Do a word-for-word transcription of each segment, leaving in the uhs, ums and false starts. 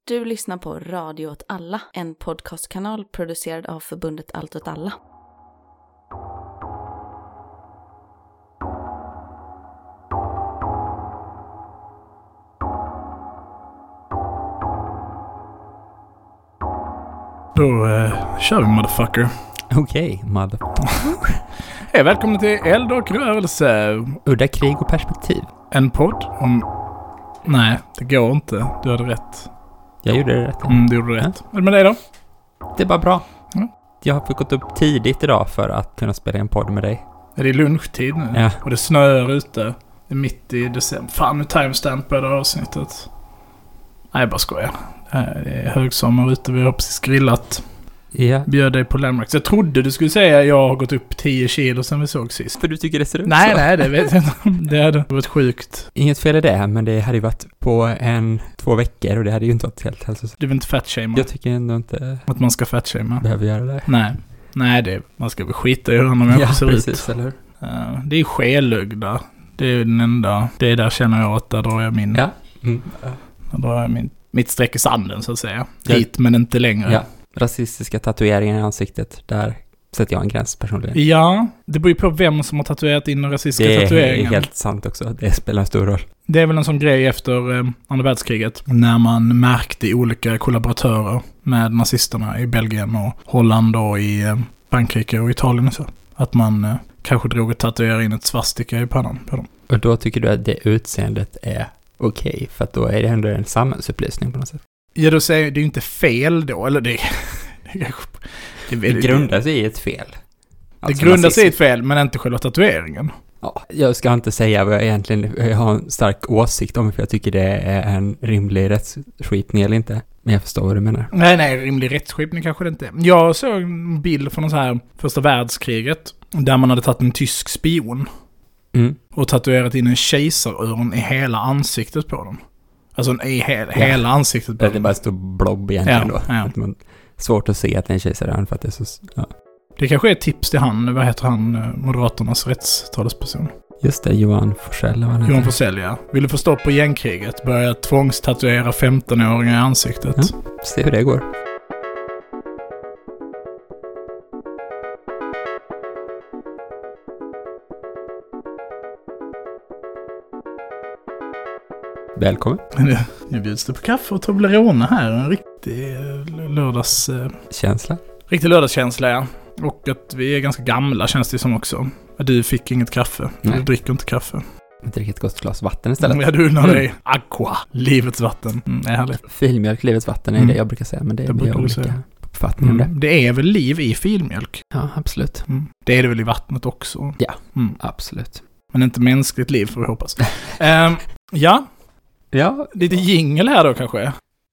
Du lyssnar på Radio åt alla, en podcastkanal producerad av förbundet Allt åt alla. Då uh, kör vi, motherfucker. Okej, okay, motherfucker. Hej, välkommen till Eld och rörelse. Udda krig och perspektiv. En podd om... Nej, det går inte. Du hade rätt. Jag gjorde det rätt. Ja. Mm, du gjorde rätt. Ja. Vad är det med dig då? Det är bara bra. Mm. Jag har gått upp tidigt idag för att kunna spela en podd med dig. Är det lunchtid nu? Ja. Och det snöar ute. Det är mitt i december. Fan, nu timestampar det avsnittet. Nej, jag bara skojar. Det är högsommar ute. Vi har precis grillat. Ja. Bjöd dig på Landmarks. Jag trodde du skulle säga att jag har gått upp tio kilo sen vi såg sist. För du tycker det ser ut nej, så? Nej, det vet jag inte. Det hade varit sjukt. Inget fel i det, men det hade ju varit på en, två veckor och det hade ju inte varit helt hälsosamt. Du vill inte fatshamea? Jag tycker ändå inte att man ska fatshamea. Behöver göra det. Nej, nej det, man ska väl skita i hur man människor ja, ser precis, ut. Eller hur? Uh, det är skelögda. Det är den enda. Det är där känner jag att där drar jag min... Ja. Mm. Där drar jag min, mitt streck i sanden så att säga. Ja. Hit men inte längre. Ja. Rasistiska tatueringar i ansiktet, där sätter jag en gräns personligen. Ja, det beror ju på vem som har tatuerat in rasistiska det tatueringar. Det är helt sant också, det spelar en stor roll. Det är väl en sån grej efter eh, andra världskriget, när man märkte olika kollaboratörer med nazisterna i Belgien och Holland och i eh, Frankrike och Italien och så. Att man eh, kanske drog och tatuerade in ett svastika i pannan på dem. Och då tycker du att det utseendet är okej, okay, för att då är det ändå en samhällsupplysning på något sätt. Ja, då säger det är ju inte fel då, eller det, det, det, det grundar sig i ett fel. Alltså det grundar sig i ett fel, men inte själva tatueringen. Ja, jag ska inte säga vad jag egentligen jag har en stark åsikt om, för jag tycker det är en rimlig rättsskipning eller inte. Men jag förstår vad du menar. Nej, nej, rimlig rättsskipning kanske det inte är. Jag såg en bild från så här första världskriget där man hade tagit en tysk spion mm. och tatuerat in en kejsarörn i hela ansiktet på dem. Alltså i he- ja. hela ansiktet på det är bara en stor blob egentligen ja, då. Ja. Att man, svårt att se att det är en kejsarörn för att det är så... Ja. Det kanske är ett tips till han, vad heter han, Moderaternas rättstalesperson? Just det, Johan Forsell. Johan Forsell, ja. Vill du få stopp på gängkriget? Börja tvångstatuera femton-åringar i ansiktet. Ja, se hur det går. Välkommen. Nu bjuds det på kaffe och Toblerone här. En riktig lördags... Känsla. Riktig lördagskänsla, ja. Och att vi är ganska gamla känns det som också. Du fick inget kaffe. Nej. Du dricker inte kaffe. Jag dricker ett gott glas vatten istället. Ja, du när det är aqua. Livets vatten. Mm, det är härligt. Filmjölk, livets vatten är mm. det jag brukar säga. Men det, det blir olika uppfattningar om mm. det. Det är väl liv i filmjölk? Ja, absolut. Mm. Det är det väl i vattnet också? Ja, mm. absolut. Men inte mänskligt liv får vi hoppas. um, ja. Ja. Lite jingle här då kanske.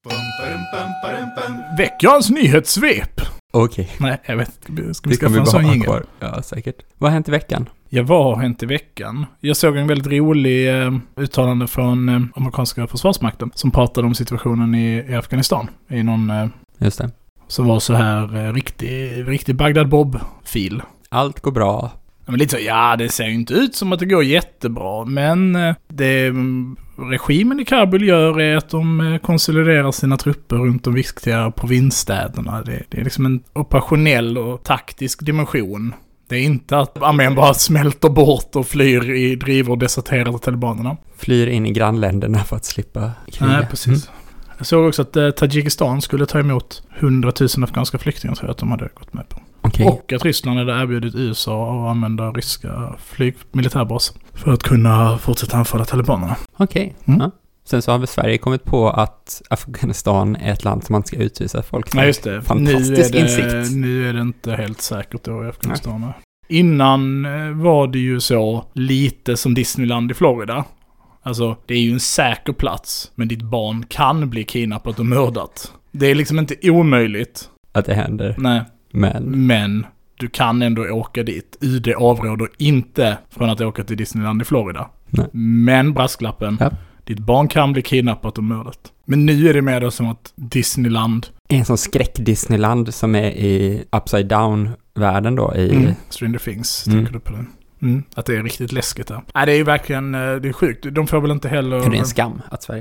Veckans nyhetssvep. Okej. Okay. Nej, jag vet. Ska vi skaffa en sån jingle? Ja, säkert. Vad har hänt i veckan? Ja, vad har hänt i veckan? Jag såg en väldigt rolig eh, uttalande från eh, amerikanska försvarsmakten som pratade om situationen i, i Afghanistan. I någon... Eh, Just det. Som var så här eh, riktig, riktig Bagdad Bob-fil. Allt går bra. Men lite så, ja, det ser ju inte ut som att det går jättebra, men eh, det regimen i Kabul gör är att de eh, konsoliderar sina trupper runt de viktiga provinsstäderna. Det, det är liksom en operationell och taktisk dimension. Det är inte att armén bara smälter bort och flyr i drivor och deserterade talibanerna. Flyr in i grannländerna för att slippa kriga. Nej, precis. Mm. Jag såg också att eh, Tadzjikistan skulle ta emot hundratusen afghanska flyktingar, tror jag att de hade gått med på. Okay. Och att Ryssland hade erbjudit U S A att använda ryska flygmilitärbaser för att kunna fortsätta anfalla talibanerna. Okej. Okay. Mm. Ja. Sen så har väl Sverige kommit på att Afghanistan är ett land som man ska utvisa folk till. Nej, just det. Fantastisk nu är det, insikt. Nu är det inte helt säkert då i Afghanistan. Nej. Innan var det ju så lite som Disneyland i Florida. Alltså, det är ju en säker plats, men ditt barn kan bli kidnappat och mördat. Det är liksom inte omöjligt. Att det händer. Nej. Men. Men du kan ändå åka dit. U D avråder inte från att åka till Disneyland i Florida. Nej. Men brasklappen, ja. Ditt barn kan bli kidnappat och mördat. Men nu är det mer då som att Disneyland... En sån skräck-Disneyland som är i Upside Down-världen då. I mm. Stranger Things, mm. tänker du på det? Mm. Att det är riktigt läskigt där. Nej, det är ju verkligen, det är sjukt. De får väl inte heller... Det är en skam att Sverige har.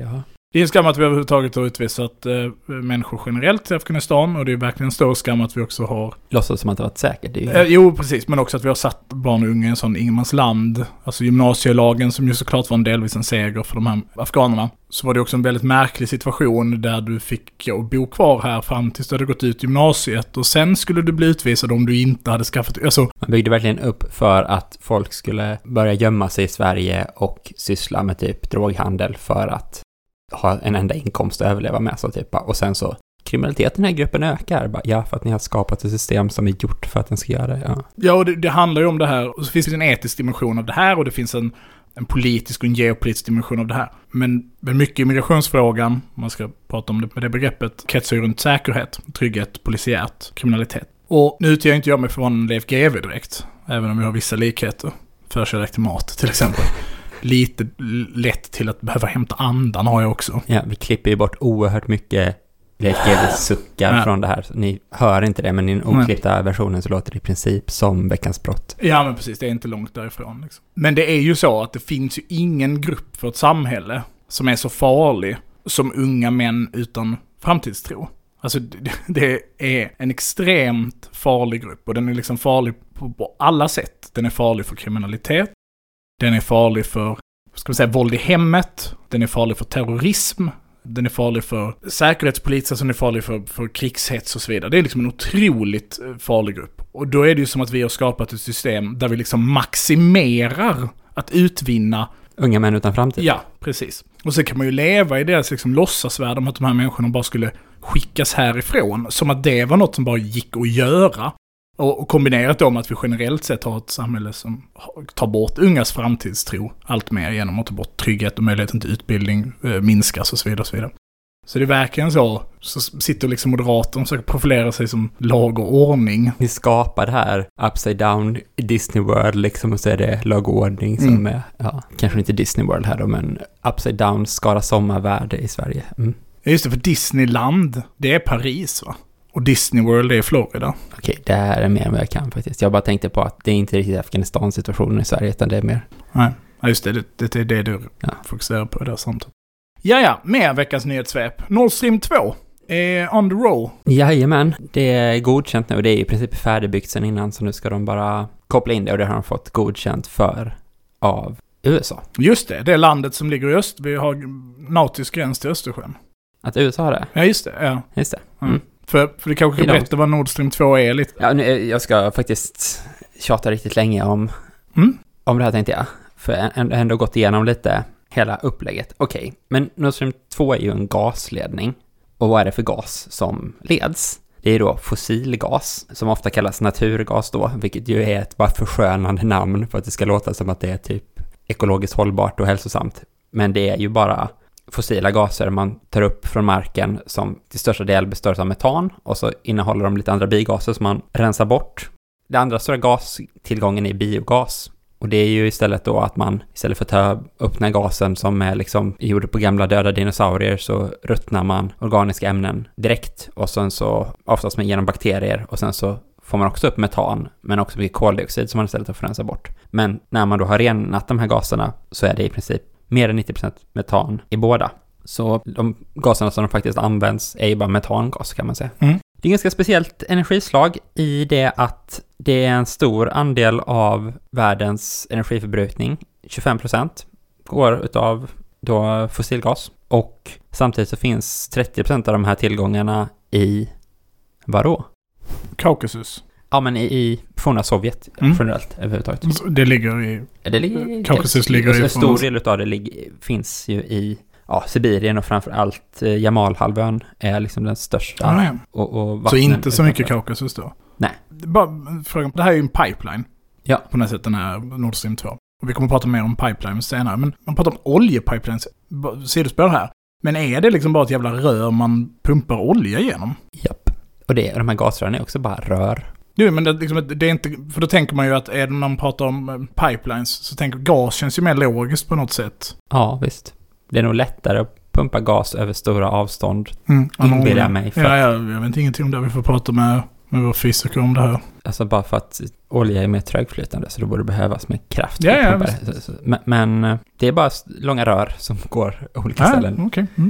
Det är en skam att vi överhuvudtaget har utvisat eh, människor generellt till Afghanistan, och det är verkligen en stor skam att vi också har... Låtsas som att det varit säkert. Det är ju... eh, jo, precis, men också att vi har satt barn och unga i en sån ingenmansland. Alltså gymnasielagen, som ju såklart var en delvis en seger för de här afghanerna. Så var det också en väldigt märklig situation där du fick bo kvar här fram tills du hade gått ut gymnasiet, och sen skulle du bli utvisad om du inte hade skaffat... Alltså... Man byggde verkligen upp för att folk skulle börja gömma sig i Sverige och syssla med typ droghandel för att ha en enda inkomst att överleva med. Så typ. Och sen så, kriminaliteten i den här gruppen ökar. Bara, ja, för att ni har skapat ett system som är gjort för att den ska göra det. Ja, ja och det, det handlar ju om det här. Och så finns det en etisk dimension av det här, och det finns en, en politisk och en geopolitisk dimension av det här. Men, men mycket i migrationsfrågan, om man ska prata om det med det begreppet, kretsar ju runt säkerhet, trygghet, polisiärt, kriminalitet. Och nu utgör inte jag mig för en Leif G W direkt, även om vi har vissa likheter. Förkärlek till mat, till exempel. Lite lätt till att behöva hämta andan har jag också. Ja, vi klipper ju bort oerhört mycket Leif G W suckar ja. från det här. Så ni hör inte det, men i den oklippta Nej. versionen så låter det i princip som Veckans brott. Ja, men precis. Det är inte långt därifrån. Liksom. Men det är ju så att det finns ju ingen grupp för ett samhälle som är så farlig som unga män utan framtidstro. Alltså det är en extremt farlig grupp, och den är liksom farlig på alla sätt. Den är farlig för kriminalitet. Den är farlig för, ska man säga, våld i hemmet. Den är farlig för terrorism. Den är farlig för säkerhetspolis, alltså den är farlig för, för krigshets och så vidare. Det är liksom en otroligt farlig grupp. Och då är det ju som att vi har skapat ett system där vi liksom maximerar att utvinna unga män utan framtid. Ja, precis. Och så kan man ju leva i deras liksom låtsasvärld om att de här människorna bara skulle skickas härifrån. Som att det var något som bara gick att göra. Och, och kombinerat då med att vi generellt sett har ett samhälle som tar bort ungas framtidstro allt mer genom att ta bort trygghet och möjligheten till utbildning eh, minskas och så vidare och så vidare. Så det är verkligen så, så sitter liksom moderaterna och försöker profilera sig som lag och ordning. Ni skapar det här upside down Disney World liksom, och så är det lag och ordning som mm. är, ja, kanske inte Disney World här då, men upside down Skara sommarvärde i Sverige. Mm. Just det, för Disneyland, det är Paris va? Och Disney World är Florida. Okej, det här är mer än vad jag kan faktiskt. Jag bara tänkte på att det är inte riktigt Afghanistan-situationen i Sverige, utan det är mer... Nej, just det. Det, det är det du ja. fokuserar på i det här samtalet. Ja, ja. Mer veckans nyhetssvep. Nord Stream två är on the roll. Jajamän, det är godkänt nu. Och det är i princip färdigbyggt sedan innan, så nu ska de bara koppla in det. Och det har de fått godkänt för av U S A. Just det, det är landet som ligger i öst. Vi har nautisk gräns till Östersjön. Att U S A har det? Ja, just det. Ja. Just det. Mm. Mm. För, för det kanske kan berätta vad Nord Stream två är lite. Ja, nu, jag ska faktiskt tjata riktigt länge om, mm. om det här tänkte jag. För jag har ändå gått igenom lite hela upplägget. Okej, okay. Men Nord Stream två är ju en gasledning. Och vad är det för gas som leds? Det är då fossilgas, som ofta kallas naturgas då, vilket ju är ett bara förskönande namn för att det ska låta som att det är typ ekologiskt hållbart och hälsosamt. Men det är ju bara fossila gaser man tar upp från marken som till största del består av metan, och så innehåller de lite andra bigaser som man rensar bort. Det andra stora gastillgången är biogas, och det är ju istället då att man istället för att ta upp den här gasen som är liksom gjord på gamla döda dinosaurier, så ruttnar man organiska ämnen direkt och sen så oftast med genom bakterier, och sen så får man också upp metan, men också mycket koldioxid som man istället får rensa bort. Men när man då har renat de här gaserna så är det i princip mer än nittio procent metan i båda. Så de gaserna som de faktiskt används är ju bara metangas, kan man säga. Mm. Det är ganska speciellt energislag i det att det är en stor andel av världens energiförbrukning. tjugofem procent går utav då fossilgas. Och samtidigt så finns trettio procent av de här tillgångarna i vadå? Kaukasus. Ja, men i, i forna Sovjet mm. generellt överhuvudtaget. Det ligger i... Det ligger, Kaukasus ligger i... En stor del av det ligger, finns ju i ja, Sibirien, och framförallt eh, Jamalhalvön är liksom den största. Ah, ja. och, och så inte så mycket Kaukasus då? Nej. Bara, frågan, det här är ju en pipeline. Ja. På något sätt, den här Nord Stream två. Och vi kommer att prata mer om pipelines senare. Men man pratar om oljepipelines, sidospår här. Men är det liksom bara ett jävla rör man pumpar olja igenom? Japp. Och det, de här gasrören är också bara rör. Jo, men det, liksom, det är inte... För då tänker man ju att är det, när man pratar om pipelines så tänker gas känns ju mer logiskt på något sätt. Ja, visst. Det är nog lättare att pumpa gas över stora avstånd. Mm, inbillar jag mig. För ja, ja, jag vet ingenting om det. Vi får prata med, med vår fysiker om det här. Alltså bara för att olja är mer trögflytande, så då borde det behövas med kraft. Ja, ja, men, men det är bara långa rör som går olika ja, ställen. Okay. Mm.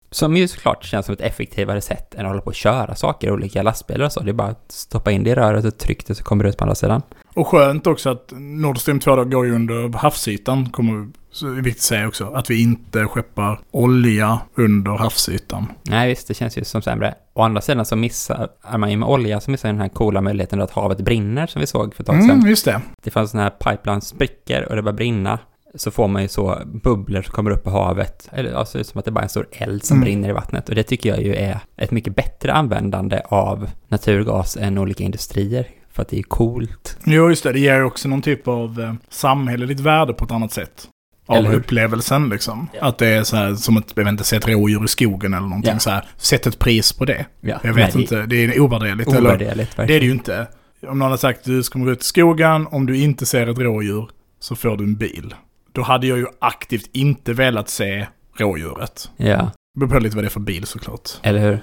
Som ju såklart känns som ett effektivare sätt än att hålla på att köra saker i olika lastbilar och så. Det är bara att stoppa in det i röret och trycka det så kommer det ut på andra sidan. Och skönt också att Nord Stream två då går ju under havsytan, kommer, så det är viktigt att säga också, att vi inte skeppar olja under havsytan. Nej visst, det känns ju som sämre. Å andra sidan så missar är man ju med olja så missar den här coola möjligheten att havet brinner som vi såg för ett tag sedan. Mm, just det. Det fanns sådana här pipeline sprickor och det bara brinna. Så får man ju så bubblor som kommer upp i havet. Eller alltså som att det bara är en stor eld som mm. brinner i vattnet. Och det tycker jag ju är ett mycket bättre användande av naturgas än olika industrier. För att det är coolt. Jo, just det. Det ger också någon typ av eh, samhälleligt värde på ett annat sätt. Av upplevelsen liksom. Ja. Att det är så här som att, jag vet inte, se ett rådjur i skogen eller någonting ja. så här. Sätt ett pris på det. Ja. Jag vet Nej, inte. Det är ovärderligt. Ovärderligt, eller, det är det ju inte. Om någon har sagt att du ska gå ut i skogen, om du inte ser ett rådjur så får du en bil. Då hade jag ju aktivt inte velat se rådjuret. Ja. Det beror på lite vad det är för bil såklart. Eller hur?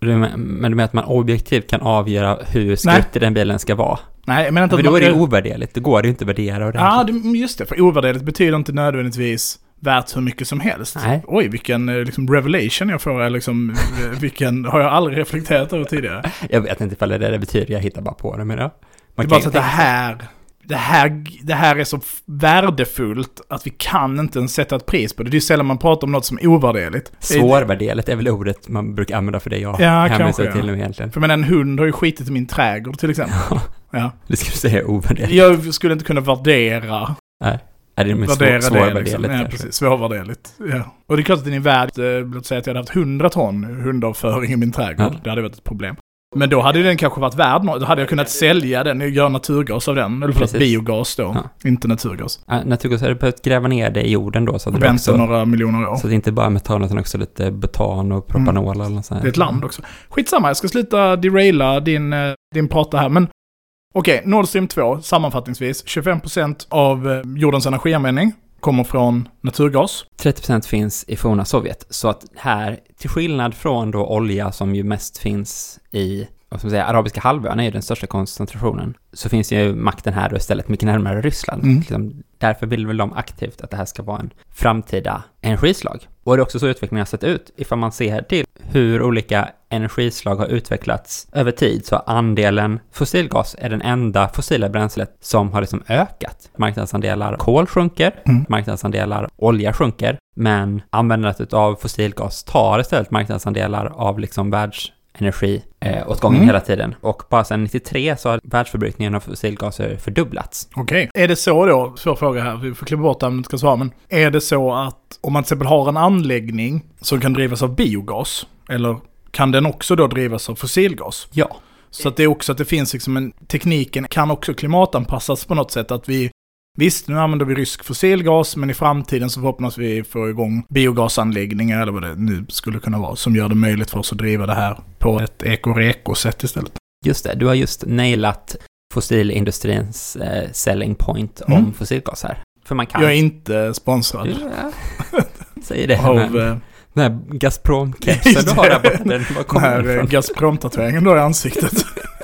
Men du menar att man objektivt kan avgöra hur skrutig den bilen ska vara? Nej, men inte men att då man... är det ovärderligt. Det går ju inte att värdera ordentligt. Ja, just det. För ovärderligt betyder inte nödvändigtvis värt hur mycket som helst. Nej. Oj, vilken liksom, revelation jag får. Liksom, vilken har jag aldrig reflekterat över tidigare. Jag vet inte ifall det är det betyder. Jag hittar bara på det. Men ja. Det är bara så att det här... Det här, det här är så värdefullt att vi kan inte ens sätta ett pris på det. Det är ju sällan man pratar om något som är ovärderligt. Svårvärderligt är väl ordet man brukar använda för det jag ja, hänvisar kanske, till ja. nu egentligen. För men en hund har ju skitit i min trädgård till exempel. Ja. Det skulle du säga ovärderligt. Jag skulle inte kunna värdera. Nej. Är det med värdera svår, svårvärderligt? Liksom. Ja, precis. Svårvärderligt. Ja. Och det är klart att den är värd, eh, låt säga att jag hade haft hundra ton hundavföring i min trädgård. Ja. Det hade varit ett problem. Men då hade den kanske varit värd något. Då hade jag kunnat sälja den och göra naturgas av den. Eller för biogas då, ja. Inte naturgas. Ja, naturgas hade behövt gräva ner det i jorden då. Så att och det vänta några miljoner år. Så att det inte bara metan utan också lite butan och propanol mm. eller något sånt. Det är ett land också. Skitsamma, jag ska sluta deraila din, din prata här. Men okej, okay, Nord Stream två, sammanfattningsvis. tjugofem procent av jordens energianvändning kommer från naturgas. trettio procent finns i forna Sovjet. Så att här, till skillnad från då olja som ju mest finns i vad ska man säga, arabiska halvön är ju den största koncentrationen, så finns ju makten här då istället mycket närmare Ryssland. Mm. Liksom, därför vill väl de aktivt att det här ska vara en framtida energislag. Och det är också så utvecklingen har sett ut. Ifall man ser till hur olika energislag har utvecklats över tid så andelen fossilgas är den enda fossila bränslet som har liksom ökat. Marknadsandelar kol sjunker, mm. marknadsandelar olja sjunker, men användandet av fossilgas tar istället marknadsandelar av liksom världs energi eh, åt gången mm. hela tiden. Och bara sedan nittiotre så har världsförbrukningen av fossilgaser fördubblats. Okej. Okay. Är det så då, svår fråga här, vi får klippa bort det om du ska svara, men är det så att om man till exempel har en anläggning som kan drivas av biogas, eller kan den också då drivas av fossilgas? Ja. Så att det är också att det finns liksom en, tekniken kan också klimatanpassas på något sätt, att vi visst, nu använder vi rysk fossilgas, men i framtiden så hoppas vi få igång biogasanläggningar eller vad det nu skulle kunna vara som gör det möjligt för oss att driva det här på ett eko-reko-sätt istället. Just det, du har just nailat fossilindustrins eh, selling point mm. om fossilgas här. För man kan... Jag är inte sponsrad. Ja. Säg det. Av, men... Den här Gazprom-kepsen du har där borta, den var kommer den här Gazprom-tatueringen då i ansiktet.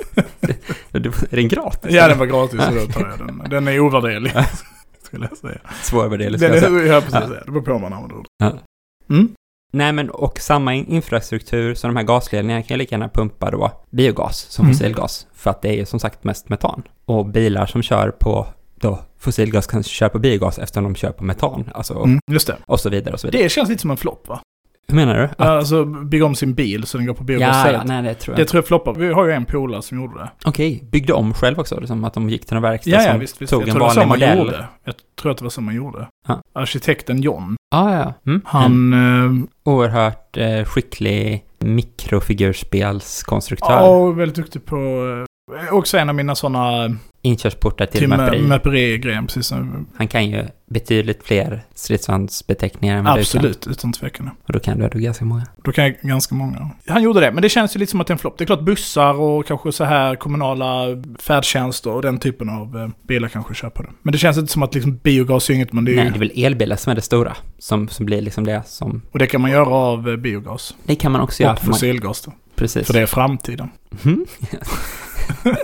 Är den gratis? Ja, den var gratis så då tar jag den. Den är ovärderlig, skulle jag säga. Svårvärderlig, skulle jag säga. Ja, precis. Ja. Det beror på vad man använder ord. Ja. Mm. Nej, men och samma infrastruktur som de här gasledningarna kan lika gärna pumpa då biogas som mm. fossilgas. För att det är ju som sagt mest metan. Och bilar som kör på då fossilgas kan köra på biogas eftersom de kör på metan. Alltså, mm, just det. Och så vidare och så vidare. Det känns lite som en flopp, va? Hur menar du? Att... Alltså bygga om sin bil så den går på biogas. Ja, ja, nej, det tror jag. Det tror jag floppar. Vi har ju en polare som gjorde det. Okej, okay. Byggde om själv också? Liksom att de gick till en verkstad ja, ja, som visst, visst. tog jag en vanlig modell? Gjorde. Jag tror att det var så man gjorde. Ja. Arkitekten John. Ah, ja, mm. Han... Mm. Eh, Oerhört eh, skicklig mikrofigurspelskonstruktör. Ja, väldigt duktig på... Eh, också en av mina sådana... Inkörsportar till, till Maperi. Maperi-grejer, precis. Han kan ju betydligt fler stridsvagnsbeteckningar än absolut, du utan tvekan. Och då kan du då ganska många. Då kan jag ganska många. Han gjorde det, men det känns ju lite som att det är en flopp. Det är klart bussar och kanske så här kommunala färdtjänster och den typen av eh, bilar kanske köper det. Men det känns inte som att liksom biogas är inget, men det är Nej, ju... det är väl elbilar som är det stora. Som, som blir liksom det som... Och det kan man göra av eh, biogas. Det kan man också och göra. Och fossilgas då. Precis. För det är framtiden. Mm.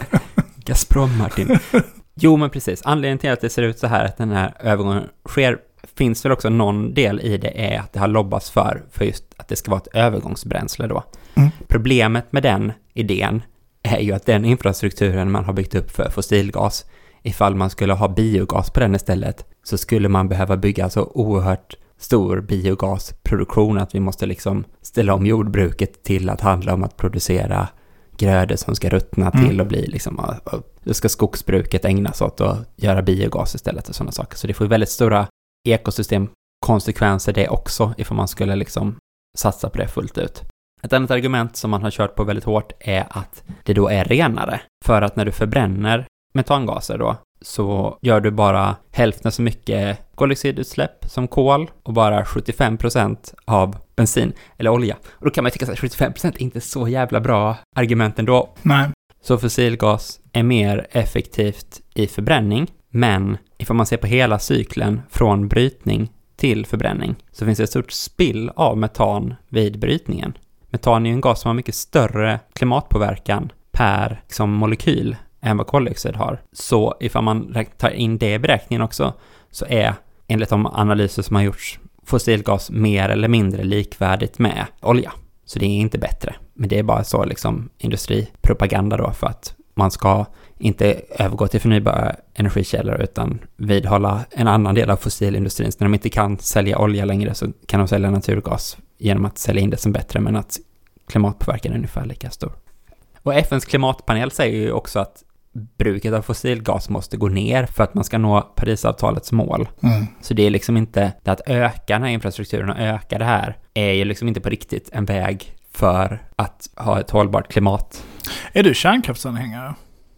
Gazprom, Martin. Jo, men precis. Anledningen till att det ser ut så här, att den här övergången sker finns väl också någon del i det är att det har lobbats för, för just att det ska vara ett övergångsbränsle då. Mm. Problemet med den idén är ju att den infrastrukturen man har byggt upp för fossilgas, ifall man skulle ha biogas på den istället, så skulle man behöva bygga så oerhört stor biogasproduktion att vi måste liksom ställa om jordbruket till att handla om att producera grödor som ska ruttna till mm. och bli liksom, då ska skogsbruket ägna sig åt att göra biogas istället och sådana saker. Så det får väldigt stora ekosystemkonsekvenser det också ifall man skulle liksom satsa på det fullt ut. Ett annat argument som man har kört på väldigt hårt är att det då är renare. För att när du förbränner metangaser då, så gör du bara hälften så mycket koldioxidutsläpp som kol och bara sjuttiofem procent av bensin eller olja. Och då kan man tycka att sjuttiofem procent är inte så jävla bra argument ändå. Nej. Så fossilgas är mer effektivt i förbränning, men ifall man ser på hela cykeln från brytning till förbränning så finns det ett stort spill av metan vid brytningen. Metan är ju en gas som har mycket större klimatpåverkan per liksom, molekyl än vad koldioxid har. Så ifall man tar in det i beräkningen också så är enligt de analyser som har gjorts fossilgas mer eller mindre likvärdigt med olja. Så det är inte bättre. Men det är bara så liksom industripropaganda då för att man ska inte övergå till förnybara energikällor utan vidhålla en annan del av fossilindustrin. Så när de inte kan sälja olja längre så kan de sälja naturgas genom att sälja in det som bättre, men att klimatpåverkan är ungefär lika stor. Och F N:s klimatpanel säger ju också att bruket av fossilgas måste gå ner för att man ska nå Parisavtalets mål. Mm. Så det är liksom inte, det att öka den här infrastrukturen och öka det här är ju liksom inte på riktigt en väg för att ha ett hållbart klimat. Är du kärnkraftsanhängare?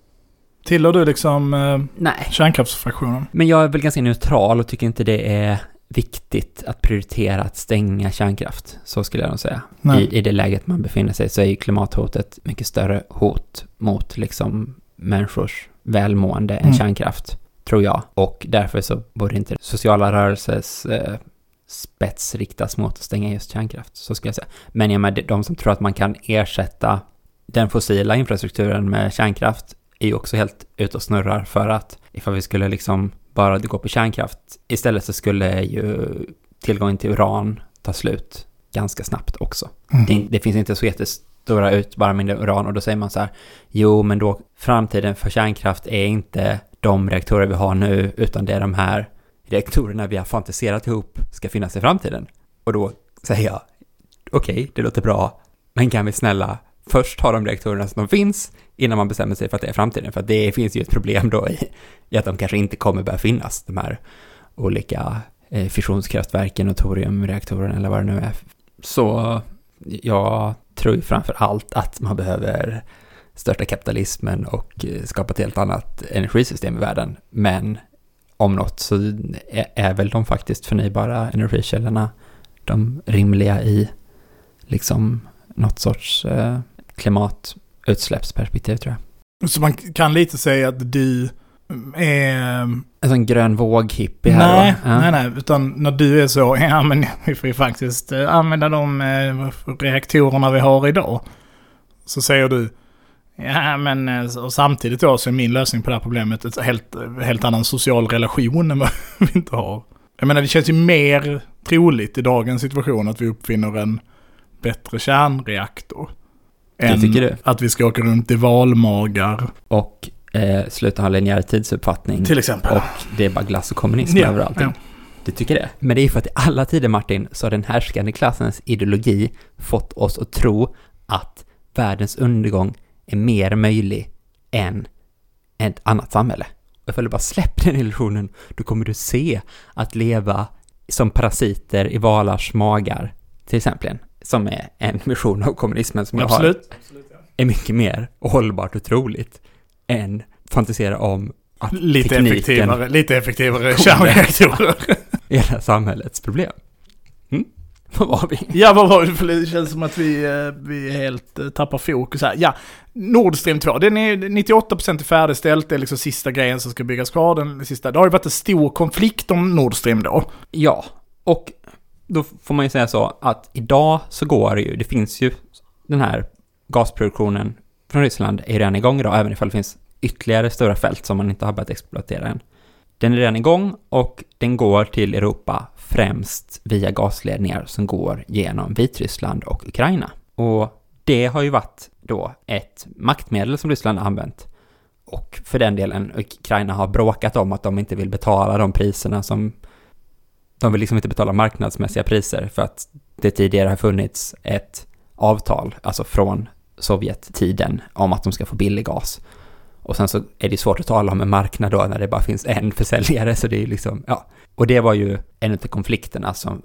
Tillhör du liksom eh, Nej. kärnkraftsfraktionen? Men jag är väl ganska neutral och tycker inte det är viktigt att prioritera att stänga kärnkraft. Så skulle jag nog säga. I, I det läget man befinner sig så är ju klimathotet mycket större hot mot liksom människors välmående än mm. kärnkraft, tror jag. Och därför så borde inte sociala rörelses eh, spets riktas mot att stänga just kärnkraft, så ska jag säga. Men jag med de som tror att man kan ersätta den fossila infrastrukturen med kärnkraft är ju också helt ute och snurrar, för att ifall vi skulle liksom bara gå på kärnkraft istället så skulle ju tillgången till uran ta slut ganska snabbt också. Mm. Det, det finns inte så jättestora utvarmning av uran, och då säger man så här, jo men då framtiden för kärnkraft är inte de reaktorer vi har nu, utan det är de här reaktorerna vi har fantiserat ihop ska finnas i framtiden. Och då säger jag, okej, okay, det låter bra, men kan vi snälla först ha de reaktorerna som de finns innan man bestämmer sig för att det är framtiden. För att det finns ju ett problem då i, i att de kanske inte kommer börja finnas, de här olika eh, fissionskraftverken och thoriumreaktorerna eller vad det nu är. Så jag tror ju framför allt att man behöver störta kapitalismen och eh, skapa ett helt annat energisystem i världen. Men om något så är, är väl de faktiskt förnybara energikällorna de rimliga i liksom något sorts eh, klimatutsläppsperspektiv, tror jag. Så man kan lite säga att du är... En sån grön våg-hippie här nej, då? Ja. Nej, nej, utan när du är så, ja men vi får ju faktiskt använda de eh, reaktorerna vi har idag. Så säger du, ja men och samtidigt då så är min lösning på det här problemet ett helt, helt annan social relation än vad vi inte har. Jag menar, det känns ju mer troligt i dagens situation att vi uppfinner en bättre kärnreaktor än tycker du? Att vi ska åka runt i valmagar och eh, sluta ha linjär tidsuppfattning till exempel. Och det är bara glass och kommunism ja, överallt. Ja. Du tycker det? Men det är för att i alla tider, Martin, så har den härskande klassens ideologi fått oss att tro att världens undergång är mer möjlig än ett annat samhälle. Och ifall du bara släpper den illusionen, då kommer du se att leva som parasiter i valars magar, till exempel, som är en version av kommunismen som jag Absolut. har, Absolut, ja. är mycket mer hållbart och troligt än fantisera om att lite tekniken effektivare, lite effektivare kärnreaktorer. Hela samhällets problem. Mm? Vad var vi? Ja, vad var det? För det känns som att vi, vi helt tappar fokus här. Ja, Nord Stream två, den är nittioåtta procent färdigställt. Det är liksom sista grejen som ska byggas kvar. Den sista. Det har ju varit en stor konflikt om Nord Stream då. Ja, och då får man ju säga så att idag så går det ju, det finns ju den här gasproduktionen från Ryssland är redan igång idag, även ifall det finns ytterligare stora fält som man inte har börjat exploatera än. Den är redan igång och den går till Europa främst via gasledningar som går genom Vitryssland och Ukraina. Och det har ju varit då ett maktmedel som Ryssland har använt. Och för den delen Ukraina har bråkat om att de inte vill betala de priserna som... De vill liksom inte betala marknadsmässiga priser för att det tidigare har funnits ett avtal, alltså från Sovjettiden, om att de ska få billig gas. Och sen så är det svårt att tala om en marknad då när det bara finns en försäljare, så det är liksom, ja. Och det var ju en av konflikterna som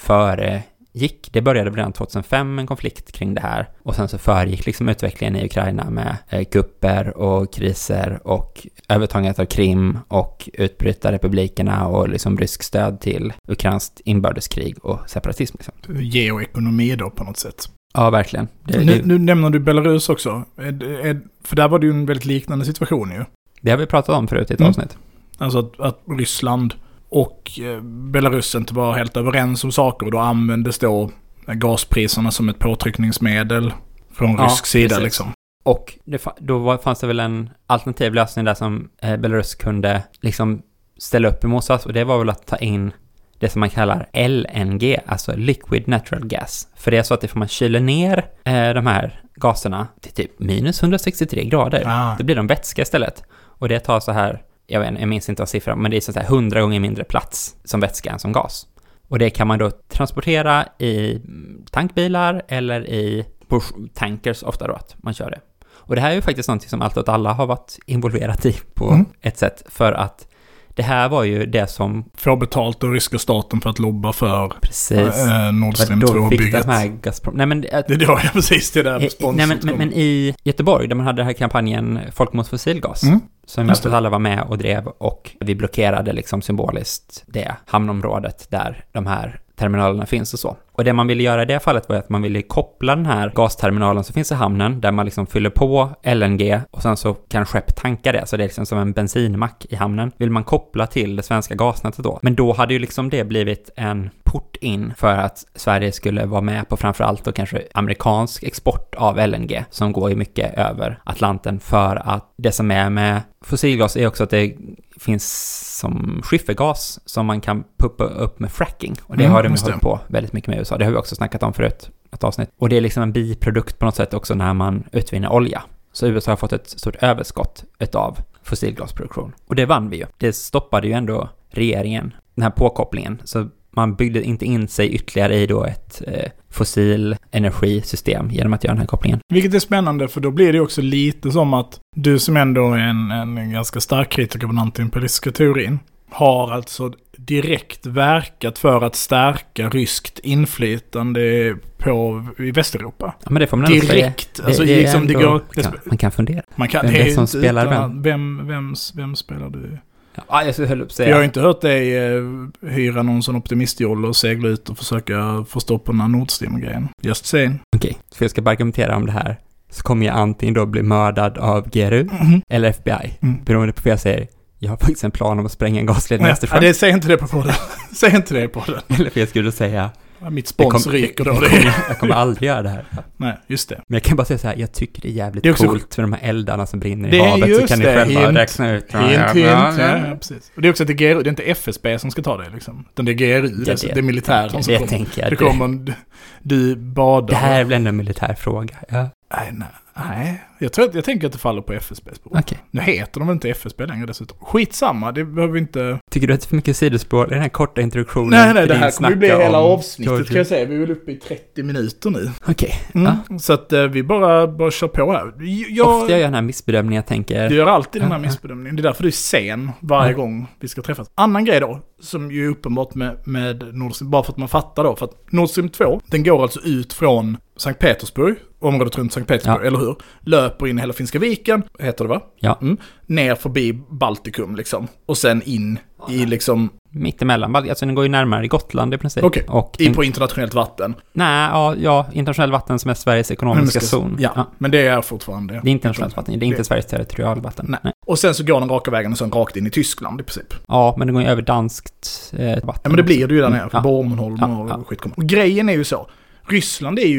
föregick. Det började redan tjugohundrafem en konflikt kring det här. Och sen så föregick liksom utvecklingen i Ukraina med eh, kupper och kriser och övertagandet av Krim och utbrytarrepublikerna och liksom rysk stöd till ukrainskt inbördeskrig och separatism. Liksom. Geoekonomi då på något sätt. Ja, verkligen. Det, nu, det, nu nämner du Belarus också. Är, är, för där var det ju en väldigt liknande situation ju. Det har vi pratat om förut i ett mm. avsnitt. Alltså att, att Ryssland och eh, Belarus inte var helt överens om saker och då användes då gaspriserna som ett påtryckningsmedel från ja, rysk sida precis. Liksom. Och det, då var, fanns det väl en alternativ lösning där som eh, Belarus kunde liksom ställa upp emot oss, och det var väl att ta in det som man kallar L N G, alltså Liquid Natural Gas. För det är så att ifall man kyler ner eh, de här gaserna till typ minus hundrasextiotre grader, ah. då blir de vätska istället. Och det tar så här, jag vet, jag minns inte vad siffran, men det är så här hundra gånger mindre plats som vätska än som gas. Och det kan man då transportera i tankbilar eller i tankers ofta då att man kör det. Och det här är ju faktiskt någonting som Allt åt alla har varit involverat i på mm. ett sätt, för att det här var ju det som... Får betalt av ryska staten för att lobba för precis. Äh, Nord Stream två-bygget. Nej, men, äh, det är då jag precis det där sponsor. Nej, men, men, men i Göteborg, där man hade den här kampanjen Folk mot fossilgas, mm. som Allt åt alla var med och drev, och vi blockerade liksom symboliskt det hamnområdet där de här terminalerna finns och så. Och det man ville göra i det fallet var att man ville koppla den här gasterminalen som finns i hamnen, där man liksom fyller på L N G och sen så kan skepp tanka det, så det är liksom som en bensinmack i hamnen. Vill man koppla till det svenska gasnätet då. Men då hade ju liksom det blivit en port in för att Sverige skulle vara med på framförallt och kanske amerikansk export av L N G, som går ju mycket över Atlanten, för att det som är med fossilgas är också att det finns som skiffergas som man kan puppa upp med fracking. Och det mm, har de hållit på väldigt mycket med i U S A. Det har vi också snackat om förut, ett avsnitt. Och det är liksom en biprodukt på något sätt också när man utvinner olja. Så U S A har fått ett stort överskott utav fossilgasproduktion. Och det vann vi ju. Det stoppade ju ändå regeringen, den här påkopplingen. Så man byggde inte in sig ytterligare i då ett eh, fossil energisystem genom att göra den här kopplingen. Vilket är spännande, för då blir det också lite som att du som ändå är en, en ganska stark kritiker av den antiimperialistiska teorin har alltså direkt verkat för att stärka ryskt inflytande på, i Västeuropa. Ja, men det får man ändå direkt. säga. Alltså, det, det liksom, det går, kan, man kan fundera. Man kan, vem det är som inte spelar utan, vem. vem, vem, vem spelar du? Ja, jag höll upp säga. Jag har inte hört dig eh, hyra någon sån optimistjolle och segla ut och försöka få stopp på den här Nord Stream-grejen. Just saying. Okej, okay. Så jag ska bara argumentera om det här. Så kommer jag antingen då bli mördad av G R U mm. eller F B I. Mm. Beroende på vad jag säger. Jag har faktiskt en plan om att spränga en gasledning i Östersjön. Ja, det säger inte det på podden. Säg inte det på den. Eller för jag skulle säga... Ja, mitt spons ryker då. Jag, jag, kommer, jag kommer aldrig göra det här. Nej, just det. Men jag kan bara säga så här, jag tycker det är jävligt det är också, coolt för de här eldarna som brinner i det havet. Så kan det, ni själva hint, räkna ut. Hint, hint, ja, ja, ja, precis. Och det är också att det är G R U, det är inte F S B som ska ta det liksom. Utan det är G R U, ja, det, det, det är militären som det kommer. Tänker jag, det kommer, du, du badar. Det här är väl ändå en militär fråga, ja. Nej, nej. Nej, jag, tror, jag tänker att det faller på F S B-spår. Okay. Nu heter de väl inte F S B längre dessutom. Skitsamma, det behöver vi inte... Tycker du att det är för mycket sidospår i den här korta introduktionen? Nej, nej, det här kommer ju bli hela avsnittet kan jag säga. Vi är väl uppe i trettio minuter nu. Okej. Okay. Mm. Ja. Så att uh, vi bara, bara kör på här. Jag, Ofta gör jag den här missbedömningen, jag tänker... Du gör alltid den här missbedömningen. Det är därför du är sen varje ja. gång vi ska träffas. Annan grej då, som ju är uppenbart med, med Nord Stream, bara för att man fattar då. För att Nord Stream två, den går alltså ut från Sankt Petersburg, området runt Sankt Petersburg, ja. eller hur? Löper in i hela Finska viken, heter det va? Ja. Mm. Ner förbi Baltikum liksom. Och sen in ja, i liksom... Mittemellan, alltså den går ju närmare i Gotland i princip. Okej, okay. I på internationellt vatten? Nej, ja, ja, internationellt vatten som är Sveriges ekonomiska ska, zon. Ja, ja, men det är fortfarande... Det är internationellt vatten, det är inte det. Sveriges territorialvatten. Nej. Nej. Och sen så går den raka vägen och sen rakt in i Tyskland i princip. Ja, men det går ju över danskt eh, vatten. Ja, men det blir det ju där nere, för ja. Bornholm ja, och ja. skit kommer. Och grejen är ju så, Ryssland är ju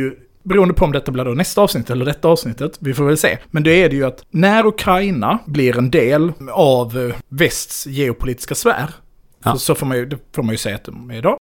beroende på om detta blir då nästa avsnitt eller detta avsnittet, vi får väl se. Men det är det ju att när Ukraina blir en del av västs geopolitiska sfär, ja. så, så får man ju, det får man ju säga att de är idag,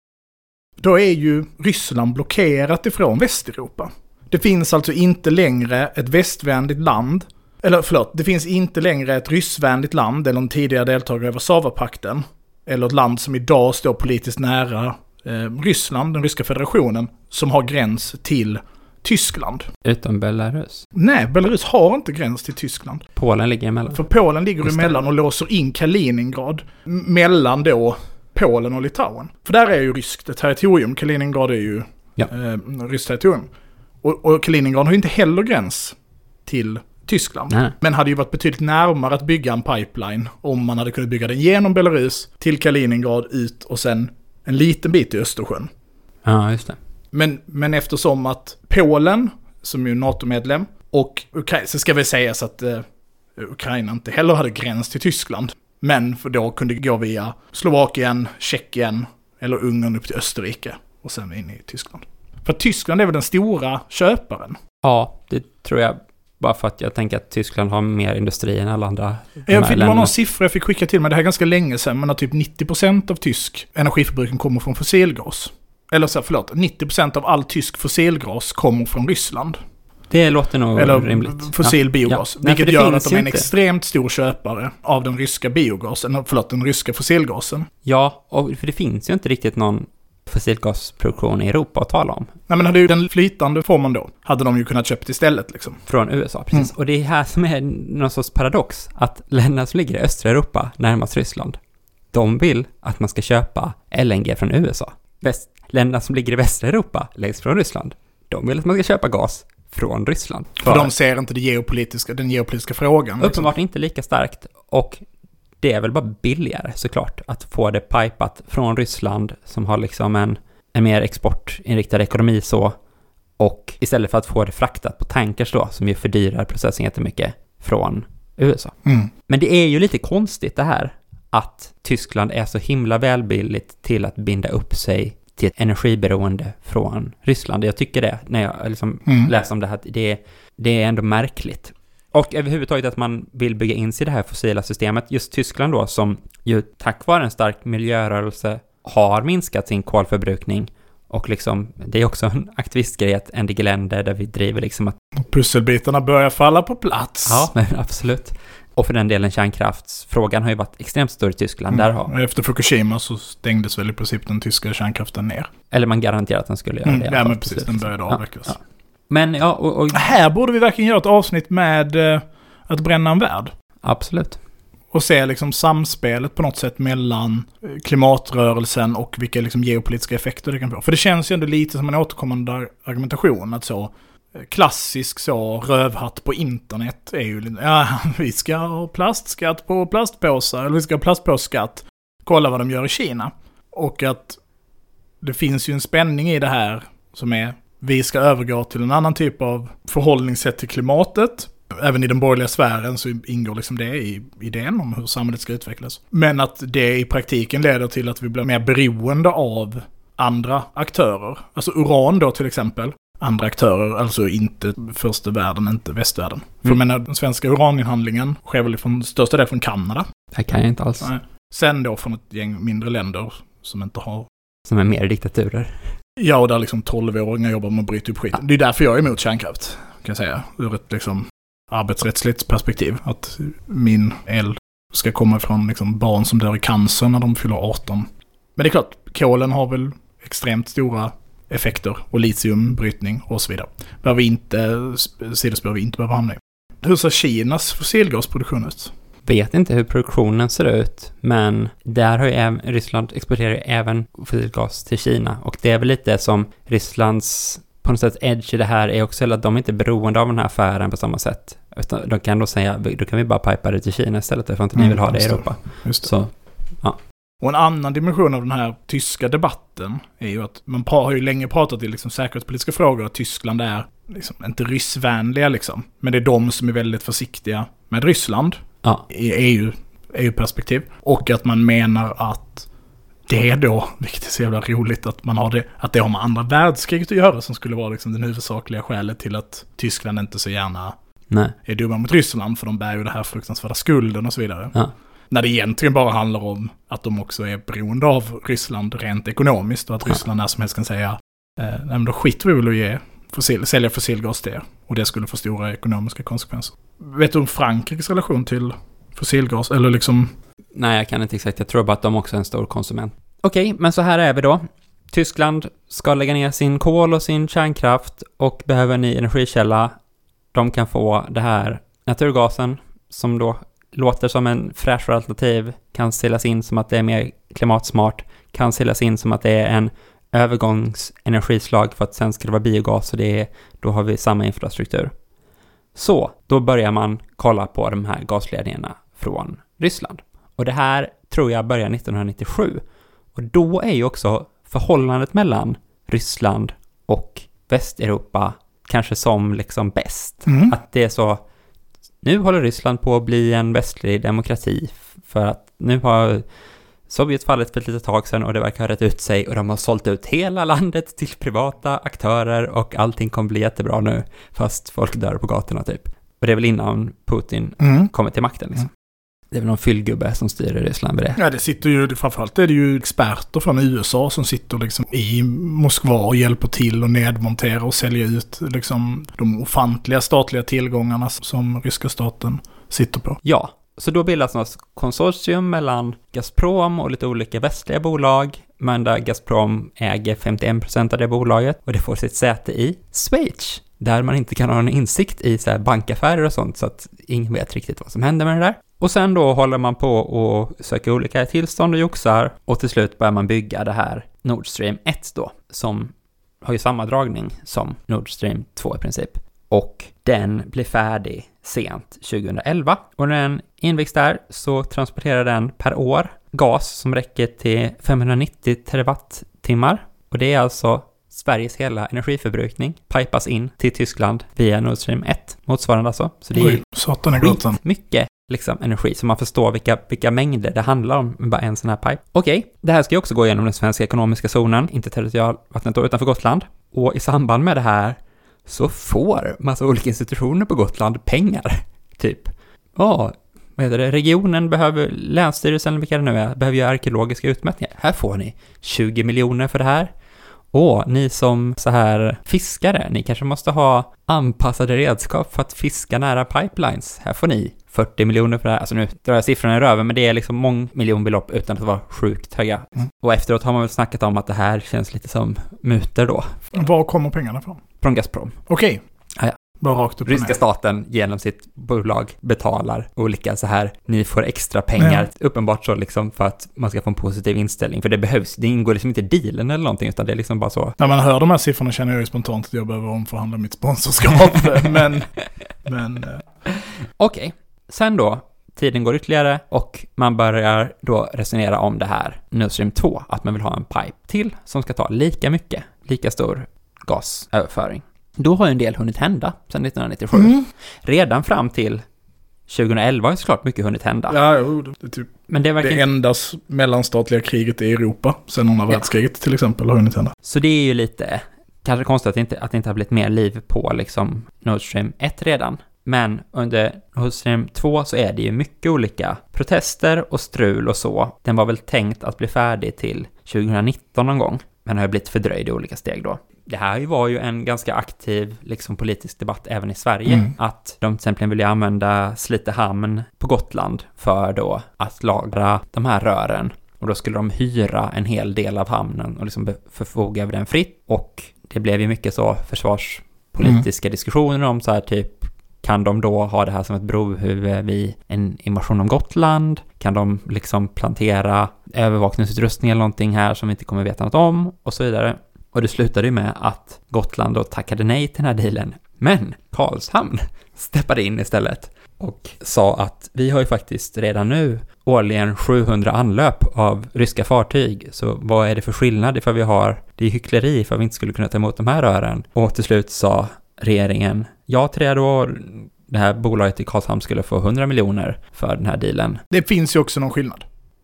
då är ju Ryssland blockerat ifrån Västeuropa. Det finns alltså inte längre ett västvänligt land, eller förlåt, det finns inte längre ett ryssvänligt land eller en tidigare deltagare i Warszawapakten, eller ett land som idag står politiskt nära eh, Ryssland, den ryska federationen, som har gräns till Tyskland. Utom Belarus? Nej, Belarus har inte gräns till Tyskland. Polen ligger emellan. För Polen ligger emellan och låser in Kaliningrad mellan då Polen och Litauen. För där är ju ryskt territorium. Kaliningrad är ju ja. eh, ryskt territorium. Och, och Kaliningrad har ju inte heller gräns till Tyskland. Nej. Men hade ju varit betydligt närmare att bygga en pipeline om man hade kunnat bygga den genom Belarus till Kaliningrad ut och sen en liten bit i Östersjön. Ja, just det. Men, men eftersom att Polen, som är ju NATO-medlem, och Ukraina, så ska vi säga så att eh, Ukraina inte heller hade gräns till Tyskland. Men för då kunde gå via Slovakien, Tjeckien eller Ungern upp till Österrike och sen in i Tyskland. För Tyskland är väl den stora köparen? Ja, det tror jag. Bara för att jag tänker att Tyskland har mer industri än alla andra. Jag fick bara någon siffra jag fick skicka till mig. Det här är ganska länge sedan. Men att typ nittio procent av tysk energiförbrukning kommer från fossilgas. Eller så, förlåt, nittio procent av all tysk fossilgas kommer från Ryssland. Det låter nog Eller rimligt. fossil ja. biogas. Ja. Vilket Nej, gör att de är en inte. extremt stor köpare av den ryska biogasen. Förlåt, den ryska fossilgasen. Ja, och för det finns ju inte riktigt någon fossilgasproduktion i Europa att tala om. Nej, men hade ju den flytande formen då, hade de ju kunnat köpa istället liksom. Från U S A, precis. Mm. Och det är här som är någon sorts paradox, att länderna som ligger i östra Europa, närmast Ryssland, de vill att man ska köpa L N G från U S A. Väst, länderna som ligger i västra Europa, längst från Ryssland, de vill att man ska köpa gas från Ryssland. För, för de ser inte det geopolitiska, den geopolitiska frågan. Uppenbart liksom. Inte lika starkt, och det är väl bara billigare såklart att få det pipat från Ryssland som har liksom en, en mer exportinriktad ekonomi så, och istället för att få det fraktat på tankers då, som ju fördyrar processen jättemycket från U S A. Mm. Men det är ju lite konstigt det här att Tyskland är så himla välbilligt till att binda upp sig till ett energiberoende från Ryssland. Jag tycker det, när jag liksom mm. läser om det här, det, det är ändå märkligt. Och överhuvudtaget att man vill bygga in sig i det här fossila systemet. Just Tyskland då, som ju tack vare en stark miljörörelse har minskat sin kolförbrukning. Och liksom, det är också en aktivistgrej att en del länder där vi driver liksom att... pusselbitarna börjar falla på plats. Ja, men absolut. Och för den delen kärnkraftsfrågan har ju varit extremt stor i Tyskland. Mm. Där har... Efter Fukushima så stängdes väl i princip den tyska kärnkraften ner. Eller man garanterar att den skulle göra mm. det. Ja, men precis. Den började avvecklas. Ja, ja. Men ja, och, och... Här borde vi verkligen göra ett avsnitt med eh, att bränna en värld. Absolut. Och se liksom samspelet på något sätt mellan klimatrörelsen och vilka liksom geopolitiska effekter det kan få. För det känns ju ändå lite som en återkommande argumentation att så klassisk så rövhatt på internet är ju ja, vi ska ha plastskatt på plastpåsar eller vi ska ha plastpåsskatt. Kolla vad de gör i Kina. Och att det finns ju en spänning i det här som är vi ska övergå till en annan typ av förhållningssätt till klimatet. Även i den borgerliga sfären så ingår liksom det i idén om hur samhället ska utvecklas. Men att det i praktiken leder till att vi blir mer beroende av andra aktörer. Alltså uran då till exempel. Andra aktörer, alltså inte första världen, inte västvärlden. Mm. För jag menar, den svenska uraninhandlingen sker väl från största del från Kanada. Det kan jag inte alls. Nej. Sen då från ett gäng mindre länder som inte har... Som är mer diktaturer. Ja, och där liksom tolvåringar jobbar med att bryta upp skiten. Ja. Det är därför jag är emot kärnkraft, kan jag säga. Ur ett liksom arbetsrättsligt perspektiv. Att min el ska komma från liksom barn som dör i cancer när de fyller arton. Men det är klart, kolen har väl extremt stora effekter och litiumbrytning och så vidare. Behöver inte, sidospår vi inte behöver hamna i. Hur ser Kinas fossilgasproduktion ut? Vet inte hur produktionen ser ut, men där har ju även, Ryssland exporterar ju även fossilgas till Kina, och det är väl lite som Rysslands på något sätt edge i det här är också att de är inte beroende av den här affären på samma sätt, utan de kan då säga, då kan vi bara pipa det till Kina istället för att inte ni vill ha det i Europa. Just det. Så, ja. Och en annan dimension av den här tyska debatten är ju att man har ju länge pratat i liksom säkerhetspolitiska frågor att Tyskland är liksom inte ryssvänliga liksom, men det är de som är väldigt försiktiga med Ryssland. Ja. I E U, E U-perspektiv. Och att man menar att det då, vilket är så jävla roligt att man har det, att det har med andra världskriget att göra som skulle vara liksom den huvudsakliga skälet till att Tyskland inte så gärna Nej. är dumma mot Ryssland, för de bär ju det här fruktansvärda skulden och så vidare. Ja. När det egentligen bara handlar om att de också är beroende av Ryssland rent ekonomiskt och att Ryssland när som helst kan säga eh, nej men då skiter vi väl att ge fossil, sälja fossilgas till er, och det skulle få stora ekonomiska konsekvenser. Vet du om Frankrikes relation till fossilgas, eller liksom? Nej, jag kan inte exakt. Jag tror bara att de också är en stor konsument. Okej, men så här är vi då. Tyskland ska lägga ner sin kol och sin kärnkraft och behöver en ny energikälla. De kan få det här naturgasen som då låter som en fräschare alternativ, kan säljas in som att det är mer klimatsmart, kan säljas in som att det är en övergångsenergislag för att sen ska det vara biogas, och det är, då har vi samma infrastruktur. Så, då börjar man kolla på de här gasledningarna från Ryssland. Och det här tror jag börjar nittonhundranittiosju. Och då är ju också förhållandet mellan Ryssland och Västeuropa kanske som liksom bäst. Mm. Att det är så, nu håller Ryssland på att bli en västlig demokrati för att nu har Sovjet fallit för ett litet tag sedan och det verkar ha rätt ut sig och de har sålt ut hela landet till privata aktörer och allting kommer bli jättebra nu fast folk dör på gatorna typ. Och det är väl innan Putin Mm. kommer till makten liksom. Det är väl någon fyllgubbe som styr i Ryssland med det. Ja, det sitter ju, framförallt är det ju experter från U S A som sitter liksom i Moskva och hjälper till och nedmontera och sälja ut liksom de ofantliga statliga tillgångarna som ryska staten sitter på. Ja, så då bildas något konsortium mellan Gazprom och lite olika västliga bolag, men där Gazprom äger femtioen procent av det bolaget och det får sitt säte i Schweiz, där man inte kan ha en insikt i så här bankaffärer och sånt, så att ingen vet riktigt vad som händer med det där. Och sen då håller man på och söker olika tillstånd och joxar, och till slut börjar man bygga det här Nord Stream ett då, som har ju samma dragning som Nord Stream två i princip. Och den blir färdig sent tjugoelva. Och när den invigs där så transporterar den per år gas som räcker till femhundranittio terawattimmar. Och det är alltså Sveriges hela energiförbrukning pipas in till Tyskland via Nord Stream ett. Motsvarande alltså. Så det är Oj, satan är gott sen. mycket liksom energi, så man förstår vilka, vilka mängder det handlar om med bara en sån här pipe. Okej, det här ska ju också gå igenom den svenska ekonomiska zonen, inte territorialvattnet då, utanför Gotland. Och i samband med det här så får massa olika institutioner på Gotland pengar. Typ, ja, vad heter det? Regionen behöver, länsstyrelsen eller vilka det nu är, behöver göra arkeologiska utmätningar. Här får ni tjugo miljoner för det här. Och ni som så här fiskare, ni kanske måste ha anpassade redskap för att fiska nära pipelines. Här får ni fyrtio miljoner för det här. Alltså nu drar jag siffrorna i röven, men det är liksom mång miljonbelopp utan att vara sjukt höga. Mm. Och efteråt har man väl snackat om att det här känns lite som muter då. Var kommer pengarna från? Från Gazprom. Okej. Okay. Ah, ja. Bara rakt upp och Ryska ner. staten genom sitt bolag betalar olika så här, ni får extra pengar, ja. Uppenbart så liksom för att man ska få en positiv inställning, för det behövs, det ingår liksom inte i dealen eller någonting, utan det är liksom bara så. När man hör de här siffrorna känner jag ju spontant att jag behöver omförhandla mitt sponsorskap, men, men... Okej, okay. Sen då, tiden går ytterligare och man börjar då resonera om det här Nord Stream två, att man vill ha en pipe till som ska ta lika mycket, lika stor gasöverföring. Då har ju en del hunnit hända sedan nittonhundranittiosju. Mm. Redan fram till tjugoelva har ju såklart mycket hunnit hända. Ja, jo, det är typ Men det, är verkligen... det enda mellanstatliga kriget i Europa sedan andra ja. världskriget till exempel har hunnit hända. Så det är ju lite kanske konstigt att det inte, att det inte har blivit mer liv på liksom Nord Stream ett redan. Men under Nord Stream två så är det ju mycket olika protester och strul och så. Den var väl tänkt att bli färdig till tjugonitton någon gång, men har blivit fördröjd i olika steg då. Det här var ju en ganska aktiv liksom, politisk debatt även i Sverige. Mm. Att de till exempel ville använda Slite hamn på Gotland för då att lagra de här rören. Och då skulle de hyra en hel del av hamnen och liksom förfoga över den fritt. Och det blev ju mycket så försvarspolitiska mm. diskussioner om så här typ, kan de då ha det här som ett brohuvud vid en invasion om Gotland? Kan de liksom plantera övervakningsutrustning eller någonting här som vi inte kommer veta något om? Och så vidare. Och det slutade ju med att Gotland då tackade nej till den här dealen. Men Karlshamn steppade in istället och sa att vi har ju faktiskt redan nu årligen sjuhundra anlöp av ryska fartyg. Så vad är det för skillnad ifall vi har, det är hyckleri för vi inte skulle kunna ta emot de här rören. Och till slut sa regeringen ja till det då. Det här bolaget i Karlshamn skulle få hundra miljoner för den här dealen. Det finns ju också någon skillnad.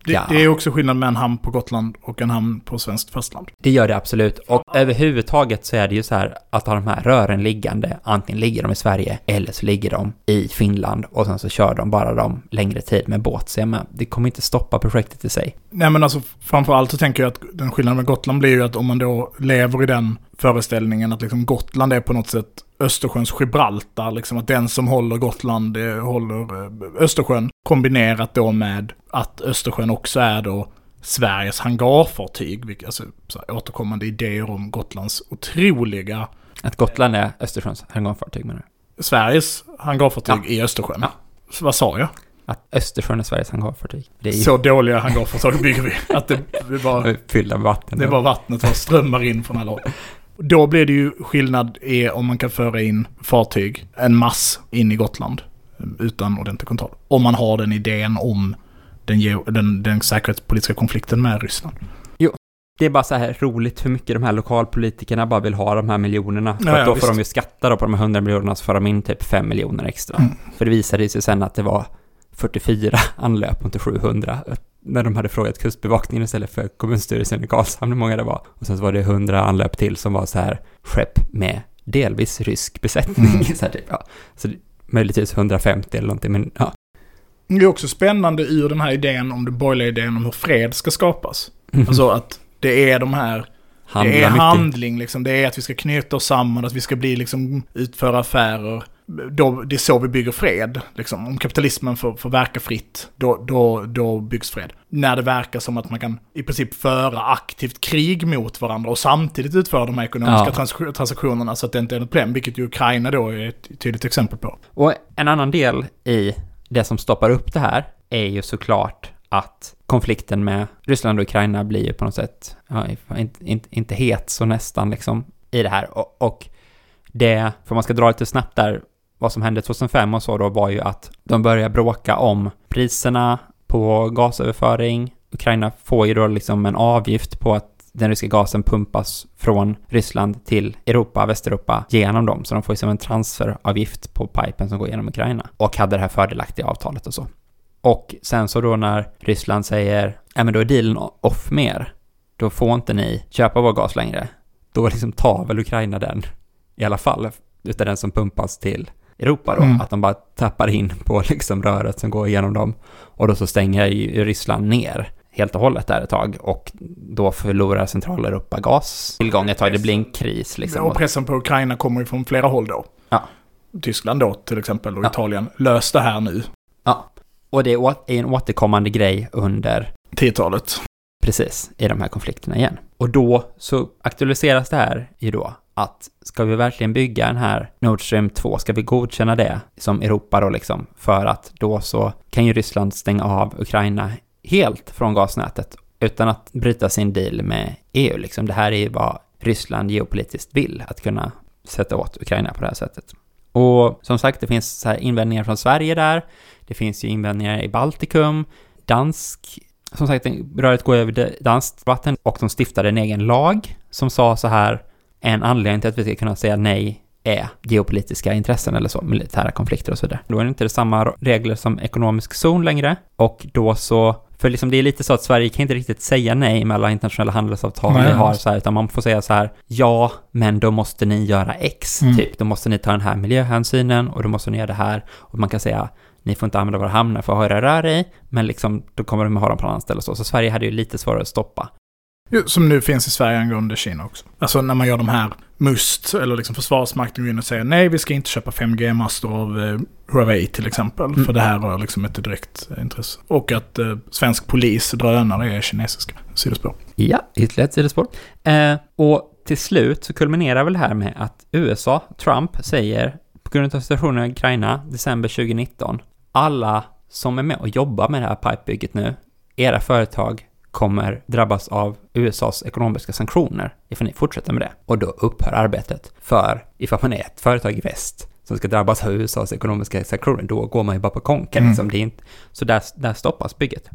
Det, ja. det är också skillnad med en hamn på Gotland och en hamn på svenskt fastland. Det gör det absolut. Och överhuvudtaget så är det ju så här att ha de här rören liggande, antingen ligger de i Sverige eller så ligger de i Finland och sen så kör de bara dem längre tid med båt. Så men det kommer inte stoppa projektet i sig. Nej, men alltså framförallt så tänker jag att den skillnaden med Gotland blir ju att om man då lever i den föreställningen att liksom Gotland är på något sätt Östersjöns Gibraltar, liksom att den som håller Gotland eh, håller eh, Östersjön, kombinerat då med att Östersjön också är då Sveriges hangarfartyg, vilka, alltså så här, återkommande idéer om Gotlands otroliga... Att Gotland är Östersjöns hangarfartyg, menar du? Sveriges hangarfartyg ja. i Östersjön. Ja. Så vad sa jag? Att Östersjön är Sveriges hangarfartyg. Det är ju... Så dåliga hangarfartyg bygger vi. Att det, det bara... Fyllda med vatten. Det är bara vattnet som strömmar in från alla håll. Då blir det ju skillnad i om man kan föra in fartyg, en mass in i Gotland utan ordentlig kontroll. Om man har den idén om den, den, den säkerhetspolitiska konflikten med Ryssland. Jo, det är bara så här roligt hur mycket de här lokalpolitikerna bara vill ha de här miljonerna. För ja, att ja, då visst. får de ju skatta då på de här hundra miljonerna, så får de in typ fem miljoner extra. Mm. För det visade sig sen att det var fyrtiofyra anlöp och inte sjuhundra. När de hade frågat kustbevakningen istället för kommunstyrelsen i Karlshamn hur många det var. Och sen så var det hundra anlöp till som var så här skepp med delvis rysk besättning. Mm. så här typ, ja. Så det, möjligtvis hundrafemtio eller någonting, men ja. Det är också spännande ur den här idén om den borgerliga idén om hur fred ska skapas. Mm. Alltså att det är de här Handla det är mycket. handling liksom, det är att vi ska knyta oss samman, att vi ska bli liksom utföra affärer. Då, det är så vi bygger fred. Liksom. Om kapitalismen får, får verka fritt, då, då, då byggs fred. När det verkar som att man kan i princip föra aktivt krig mot varandra och samtidigt utföra de här ekonomiska ja. trans- transaktionerna så att det inte är något problem, vilket ju Ukraina då är ett tydligt exempel på. Och en annan del i det som stoppar upp det här är ju såklart att konflikten med Ryssland och Ukraina blir ju på något sätt ja, inte, inte, inte het så nästan liksom i det här. Och, och det, för man ska dra lite snabbt där, vad som hände tjugohundrafem och så då var ju att de började bråka om priserna på gasöverföring. Ukraina får ju då liksom en avgift på att den ryska gasen pumpas från Ryssland till Europa, Västeuropa genom dem. Så de får ju som en transferavgift på pipen som går genom Ukraina. Och hade det här fördelaktiga avtalet och så. Och sen så då när Ryssland säger ja men då är dealen off mer. Då får inte ni köpa vår gas längre. Då liksom tar väl Ukraina den i alla fall. Utan den som pumpas till Europa då. Mm. Att de bara tappar in på liksom röret som går igenom dem. Och då så stänger ju Ryssland ner helt och hållet där ett tag. Och då förlorar Centraleuropa gas. Tillgång ett tag, det blir en kris. Liksom. Och pressen på Ukraina kommer ju från flera håll då. Ja. Tyskland då till exempel och ja. Italien. Lös det här nu. Ja. Och det är en återkommande grej under tiotalet. Precis, i de här konflikterna igen. Och då så aktualiseras det här ju då att ska vi verkligen bygga den här Nord Stream två, ska vi godkänna det som Europa då liksom, för att då så kan ju Ryssland stänga av Ukraina helt från gasnätet utan att bryta sin deal med E U liksom. Det här är ju vad Ryssland geopolitiskt vill, att kunna sätta åt Ukraina på det här sättet. Och som sagt, det finns så här invändningar från Sverige där. Det finns ju invändningar i Baltikum. Dansk, som sagt, röret går över danskt vatten och de stiftade en egen lag som sa så här: en anledning till att vi ska kunna säga nej är geopolitiska intressen eller så, militära konflikter och så där. Då är det inte det samma regler som ekonomisk zon längre. Och då så, för liksom det är lite så att Sverige kan inte riktigt säga nej med alla internationella handelsavtal nej, vi har så här, utan man får säga så här: ja, men då måste ni göra X, mm. typ. Då måste ni ta den här miljöhänsynen och då måste ni göra det här. Och man kan säga, ni får inte använda våra hamnar för att ha era rör i, men liksom, då kommer de ha dem på annan ställe och så. Så Sverige hade ju lite svårare att stoppa. Som nu finns i Sverige angående Kina också. Alltså när man gör de här must, eller liksom försvarsmakten går in och säger nej, vi ska inte köpa fem G-master av eh, Huawei till exempel, mm. för det här har liksom ett direkt eh, intresse. Och att eh, svensk polis drönare är kinesiska sidospår. Ja, ytterligare ett sidospår. Eh, och till slut så kulminerar väl det här med att U S A, Trump, säger på grund av situationen i Ukraina, december tjugonitton, alla som är med och jobbar med det här pipebygget nu, era företag kommer drabbas av U S A:s ekonomiska sanktioner ifall ni fortsätter med det. Och då upphör arbetet. För ifall man är ett företag i väst som ska drabbas av U S A:s ekonomiska sanktioner, då går man ju bara på konken. Mm. Liksom. Det är inte, så där, där stoppas bygget.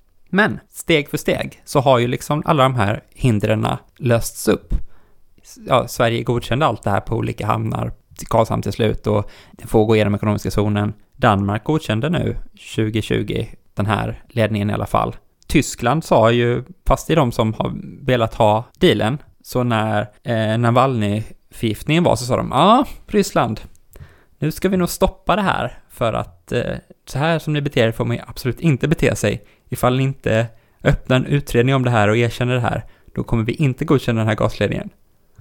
Men steg för steg så har ju liksom alla de här hindren lösts upp. Ja, Sverige godkände allt det här på olika hamnar till Karlshamn till slut och det får gå igenom ekonomiska zonen. Danmark godkände nu tjugo tjugo den här ledningen i alla fall. Tyskland sa ju, fast det är de som har velat ha dealen, så när eh, Navalny-förgiftningen var så sa de, ja, ah, Ryssland, nu ska vi nog stoppa det här för att eh, så här som ni beter er får man absolut inte bete sig. Ifall ni inte öppnar en utredning om det här och erkänner det här, då kommer vi inte godkänna den här gasledningen.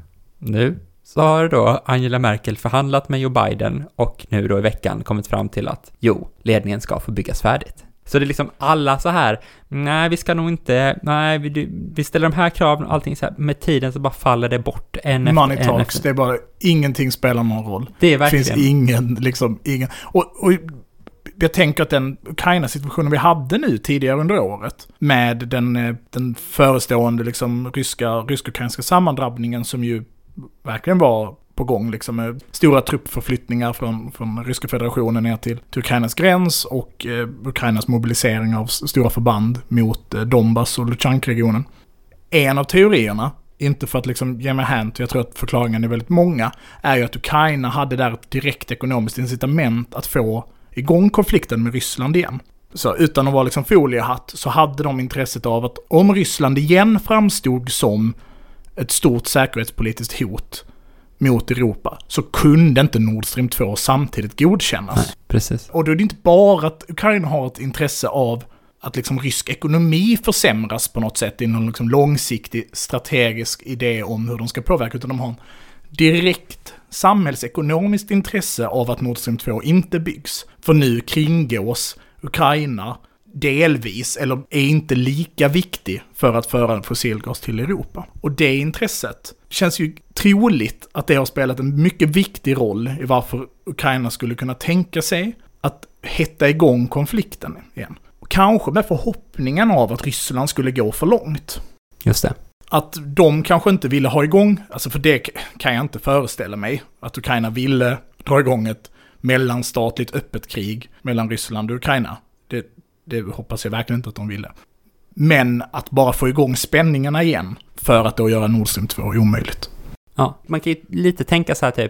Nu så har då Angela Merkel förhandlat med Joe Biden och nu då i veckan kommit fram till att jo, ledningen ska få byggas färdigt. Så det är liksom alla så här, nej vi ska nog inte, nej vi, vi ställer de här kraven och allting så här, med tiden så bara faller det bort en Money efter, talks, en det är bara, ingenting spelar någon roll. Det är verkligen. Det finns ingen, liksom, ingen, och, och jag tänker att den Ukraina-situationen vi hade nu tidigare under året med den, den förestående liksom ryska, rysk-ukrainska sammandrabbningen som ju verkligen var på gång liksom, med stora truppförflyttningar från, från Ryska federationen ner till, till Ukrainas gräns och eh, Ukrainas mobilisering av stora förband mot eh, Donbass och Luchansk-regionen. En av teorierna, inte för att liksom ge mig hänt, jag tror att förklaringen är väldigt många, är ju att Ukraina hade där ett direkt ekonomiskt incitament att få igång konflikten med Ryssland igen. Så utan att vara liksom foliehatt så hade de intresset av att om Ryssland igen framstod som ett stort säkerhetspolitiskt hot mot Europa så kunde inte Nord Stream två samtidigt godkännas. Nej, precis. Och då är det inte bara att Ukraina har ett intresse av att liksom rysk ekonomi försämras på något sätt i någon liksom långsiktig strategisk idé om hur de ska påverka, utan de har en direkt samhällsekonomiskt intresse av att Nord Stream två inte byggs. För nu kringgås Ukraina delvis, eller är inte lika viktig för att föra fossilgas till Europa. Och det intresset känns ju troligt att det har spelat en mycket viktig roll i varför Ukraina skulle kunna tänka sig att hetta igång konflikten igen. Och kanske med förhoppningen av att Ryssland skulle gå för långt. Just det. Att de kanske inte ville ha igång, alltså för det kan jag inte föreställa mig, att Ukraina ville dra igång ett mellanstatligt öppet krig mellan Ryssland och Ukraina. Det, det hoppas jag verkligen inte att de ville. Men att bara få igång spänningarna igen för att då göra Nord Stream två omöjligt. Ja, man kan ju lite tänka så här typ,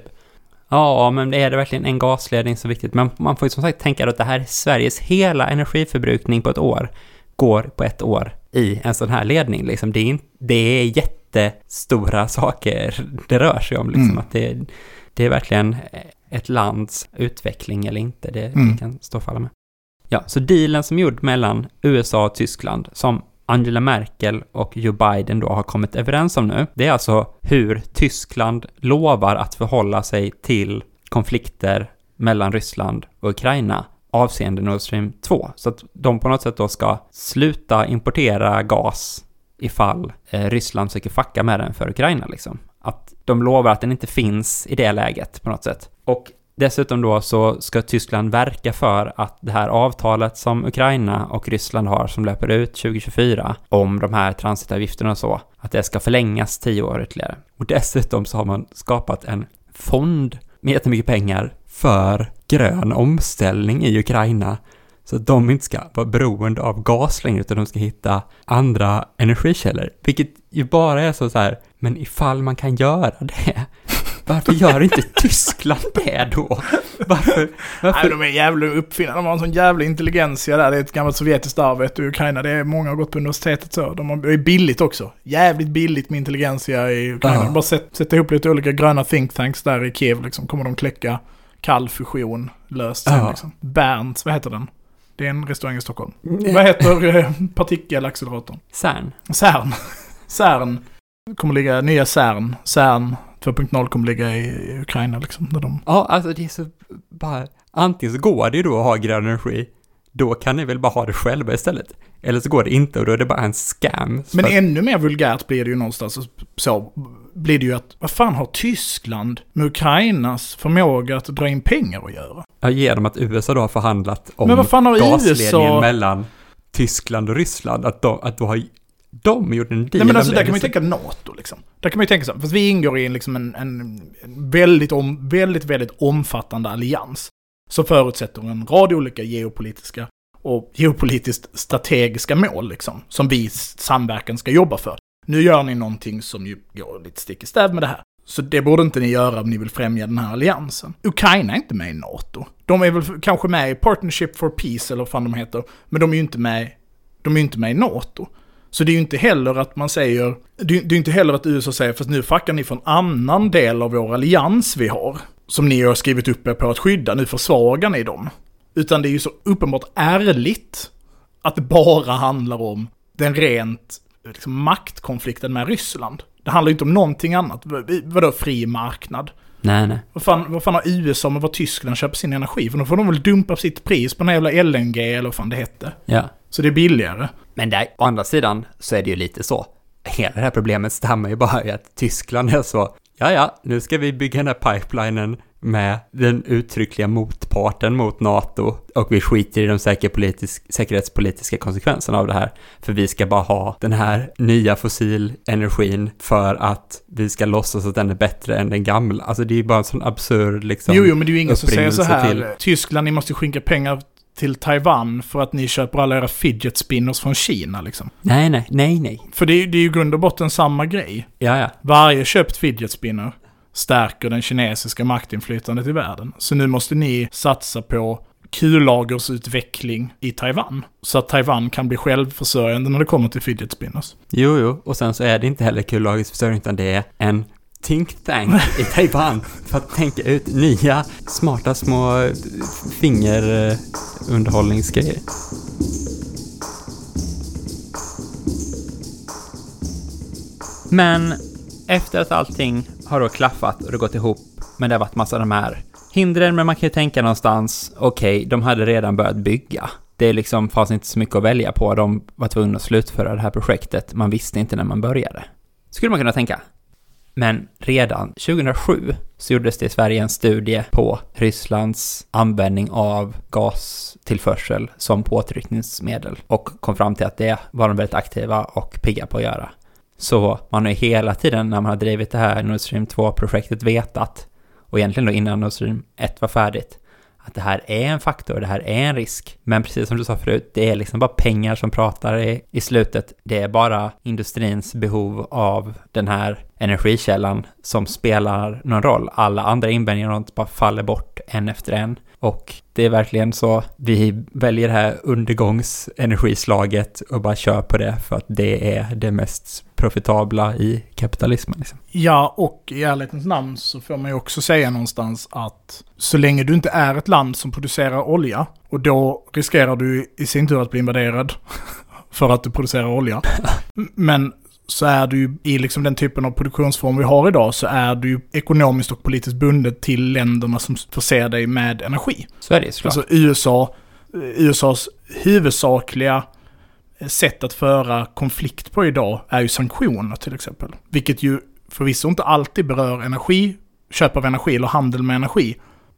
ja men är det verkligen en gasledning så viktigt? Men man får ju som sagt tänka att det här är Sveriges hela energiförbrukning på ett år går på ett år i en sån här ledning. Liksom. Det, är in, det är jättestora saker det rör sig om. Liksom. Mm. Att det, det är verkligen ett lands utveckling eller inte. Det, mm. det kan stå och falla med. Ja, så dealen som gjord mellan U S A och Tyskland som Angela Merkel och Joe Biden då har kommit överens om nu, det är alltså hur Tyskland lovar att förhålla sig till konflikter mellan Ryssland och Ukraina avseende Nord Stream två. Så att de på något sätt då ska sluta importera gas ifall eh, Ryssland försöker fucka med den för Ukraina liksom. Att de lovar att den inte finns i det läget på något sätt. Och dessutom då så ska Tyskland verka för att det här avtalet som Ukraina och Ryssland har som löper ut tjugo tjugofyra om de här transitavgifterna och så, att det ska förlängas tio år ytterligare. Och dessutom så har man skapat en fond med jättemycket pengar för grön omställning i Ukraina så att de inte ska vara beroende av gas längre utan de ska hitta andra energikällor. Vilket ju bara är så, så här, men ifall man kan göra det, varför gör inte Tyskland det då? Varför? varför? Nej, de är jävla uppfinnare. De har en sån jävla intelligensia där. Det är ett gammalt sovjetiskt arv i Ukraina. Det är många har gått på universitetet så. De har, det är billigt också. Jävligt billigt med intelligensia i Ukraina. De bara sätter sätt ihop lite olika gröna think tanks där i Kiev. Liksom. Kommer de kläcka kall fusion löst sen. Ja. Liksom. Bernt, vad heter den? Det är en restaurang i Stockholm. Mm. Vad heter eh, partikelacceleratorn? CERN. CERN. CERN. Kommer ligga, nya CERN. CERN två punkt noll kommer ligga i Ukraina liksom. Där de... Ja, alltså det är så bara, antingen så går det ju då att ha grön energi, då kan ni väl bara ha det själva istället. Eller så går det inte och då är det bara en scam. Men att... ännu mer vulgärt blir det ju någonstans så blir det ju att, vad fan har Tyskland med Ukrainas förmåga att dra in pengar att göra? Ja, genom att U S A då har förhandlat om Men vad fan har gasledningen U S A... mellan Tyskland och Ryssland, att då, att då har de gjort en deal. Nej, men alltså där kan man ju tänka NATO liksom. Där kan man ju tänka så, för vi ingår i en, liksom en, en väldigt, om, väldigt, väldigt omfattande allians som förutsätter en rad olika geopolitiska och geopolitiskt strategiska mål liksom, som vi samverkan ska jobba för. Nu gör ni någonting som ju går lite stick i stäv med det här. Så det borde inte ni göra om ni vill främja den här alliansen. Ukraina är inte med i NATO. De är väl kanske med i Partnership for Peace eller vad fan de heter, men de är ju inte med. De är ju inte med i NATO. Så det är ju inte heller att man säger, det är, det är inte heller att U S A säger, fast nu fuckar ni för en annan del av vår allians vi har, som ni har skrivit upp er på att skydda, nu försvagar ni dem. Utan det är ju så uppenbart ärligt att det bara handlar om den rent liksom, maktkonflikten med Ryssland. Det handlar ju inte om någonting annat. Vadå fri marknad? Nej, nej. Vad fan, vad fan har U S A med vad Tyskland köper sin energi? För då får de väl dumpa sitt pris på den jävla L N G eller vad fan det hette. Ja. Så det är billigare. Men där, å andra sidan så är det ju lite så. Hela det här problemet stämmer ju bara i att Tyskland är så, ja ja, nu ska vi bygga den här pipelinen med den uttryckliga motparten mot NATO och vi skiter i de säkerhetspolitiska, säkerhetspolitiska konsekvenserna av det här. För vi ska bara ha den här nya fossilenergin för att vi ska låtsas att den är bättre än den gamla. Alltså det är ju bara en sån absurd liksom. Jo, jo, men det är ju ingen som säger så här. Till... Tyskland, ni måste skicka pengar till Taiwan för att ni köper alla era fidget spinners från Kina liksom. Nej, nej, nej, nej. För det är, det är ju grund och botten samma grej. Ja, ja. Varje köpt fidget spinner stärker den kinesiska maktinflytandet i världen. Så nu måste ni satsa på kullagersutveckling i Taiwan. Så att Taiwan kan bli självförsörjande när det kommer till fidget spinners. Jo, jo. Och sen så är det inte heller kullagersförsörjning utan det är en think tank i Taiwan för att tänka ut nya smarta små fingerunderhållningsgrejer. Men efter att allting har då klaffat och det gått ihop, men det har varit massa av de här hindren, men man kan ju tänka någonstans, okej, okay, de hade redan börjat bygga. Det är liksom, fanns inte så mycket att välja på. De var tvungna att slutföra det här projektet. Man visste inte när man började. Skulle man kunna tänka. Men redan tjugohundrasju så gjordes det i Sverige en studie på Rysslands användning av gastillförsel som påtryckningsmedel och kom fram till att det var de väldigt aktiva och pigga på att göra. Så man har ju hela tiden när man har drivit det här Nord Stream två-projektet vetat, och egentligen då innan Nord Stream ett var färdigt, att det här är en faktor, det här är en risk. Men precis som du sa förut, det är liksom bara pengar som pratar i, i slutet. Det är bara industrins behov av den här energikällan som spelar någon roll. Alla andra invändningar bara faller bort en efter en. Och det är verkligen så, vi väljer det här undergångsenergislaget och bara kör på det för att det är det mest profitabla i kapitalismen. Liksom. Ja, och i ärlighetens namn så får man ju också säga någonstans att så länge du inte är ett land som producerar olja, och då riskerar du i sin tur att bli invaderad för att du producerar olja. Men så är du ju i liksom den typen av produktionsform vi har idag, så är du ju ekonomiskt och politiskt bundet till länderna som förser dig med energi. Så är det såklart. Alltså U S A, U S A:s huvudsakliga sätt att föra konflikt på idag är ju sanktioner till exempel. Vilket ju förvisso inte alltid berör energi, köp av energi eller handel med energi,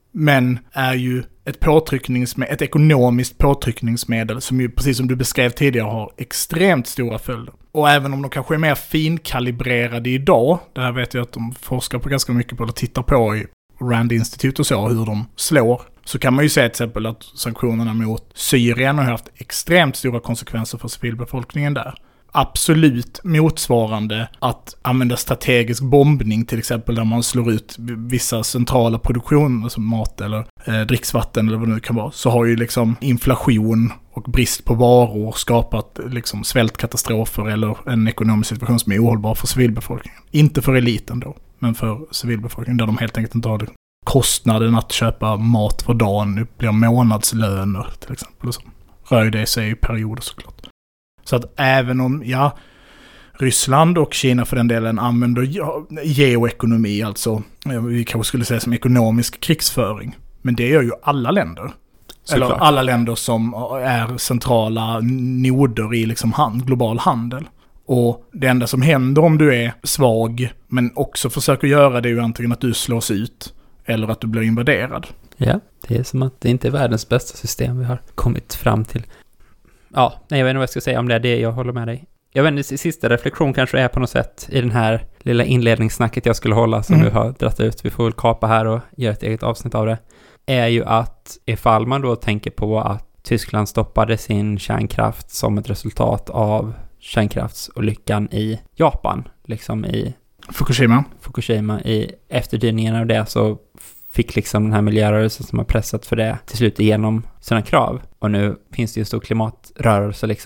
men är ju ett påtryckningsmedel, ett ekonomiskt påtryckningsmedel som ju, precis som du beskrev tidigare, har extremt stora följder. Och även om de kanske är mer finkalibrerade idag, det här vet jag att de forskar på ganska mycket på eller tittar på i Rand Institute och så, hur de slår, så kan man ju säga till exempel att sanktionerna mot Syrien har haft extremt stora konsekvenser för civilbefolkningen där. Absolut motsvarande att använda strategisk bombning till exempel, där man slår ut vissa centrala produktioner som mat eller eh, dricksvatten eller vad det nu kan vara, så har ju liksom inflation och brist på varor skapat liksom svältkatastrofer eller en ekonomisk situation som är ohållbar för civilbefolkningen. Inte för eliten då, men för civilbefolkningen, där de helt enkelt inte har det. Kostnaden att köpa mat för dagen, nu blir månadslöner till exempel, och så rör det sig i perioder såklart. Så att även om, ja, Ryssland och Kina för den delen använder geoekonomi, alltså vi kanske skulle säga som ekonomisk krigsföring, men det gör ju alla länder. Såklart. Eller alla länder som är centrala noder i liksom hand, global handel. Och det enda som händer om du är svag, men också försöker göra det, är ju antingen att du slås ut eller att du blir invaderad. Ja, det är som att det inte är världens bästa system vi har kommit fram till. Ja, nej, jag vet inte vad jag ska säga om det, det jag håller med dig. Jag vet inte, sista reflektion kanske är på något sätt i den här lilla inledningssnacket jag skulle hålla som mm. du har dratt ut. Vi får väl kapa här och göra ett eget avsnitt av det. Är ju att ifall man då tänker på att Tyskland stoppade sin kärnkraft som ett resultat av kärnkraftsolyckan i Japan, liksom i Fukushima. Fukushima i efterdyningarna av det, så fick liksom den här miljörörelsen som har pressat för det till slut igenom sina krav. Och nu finns det ju en stor klimatrörelse liksom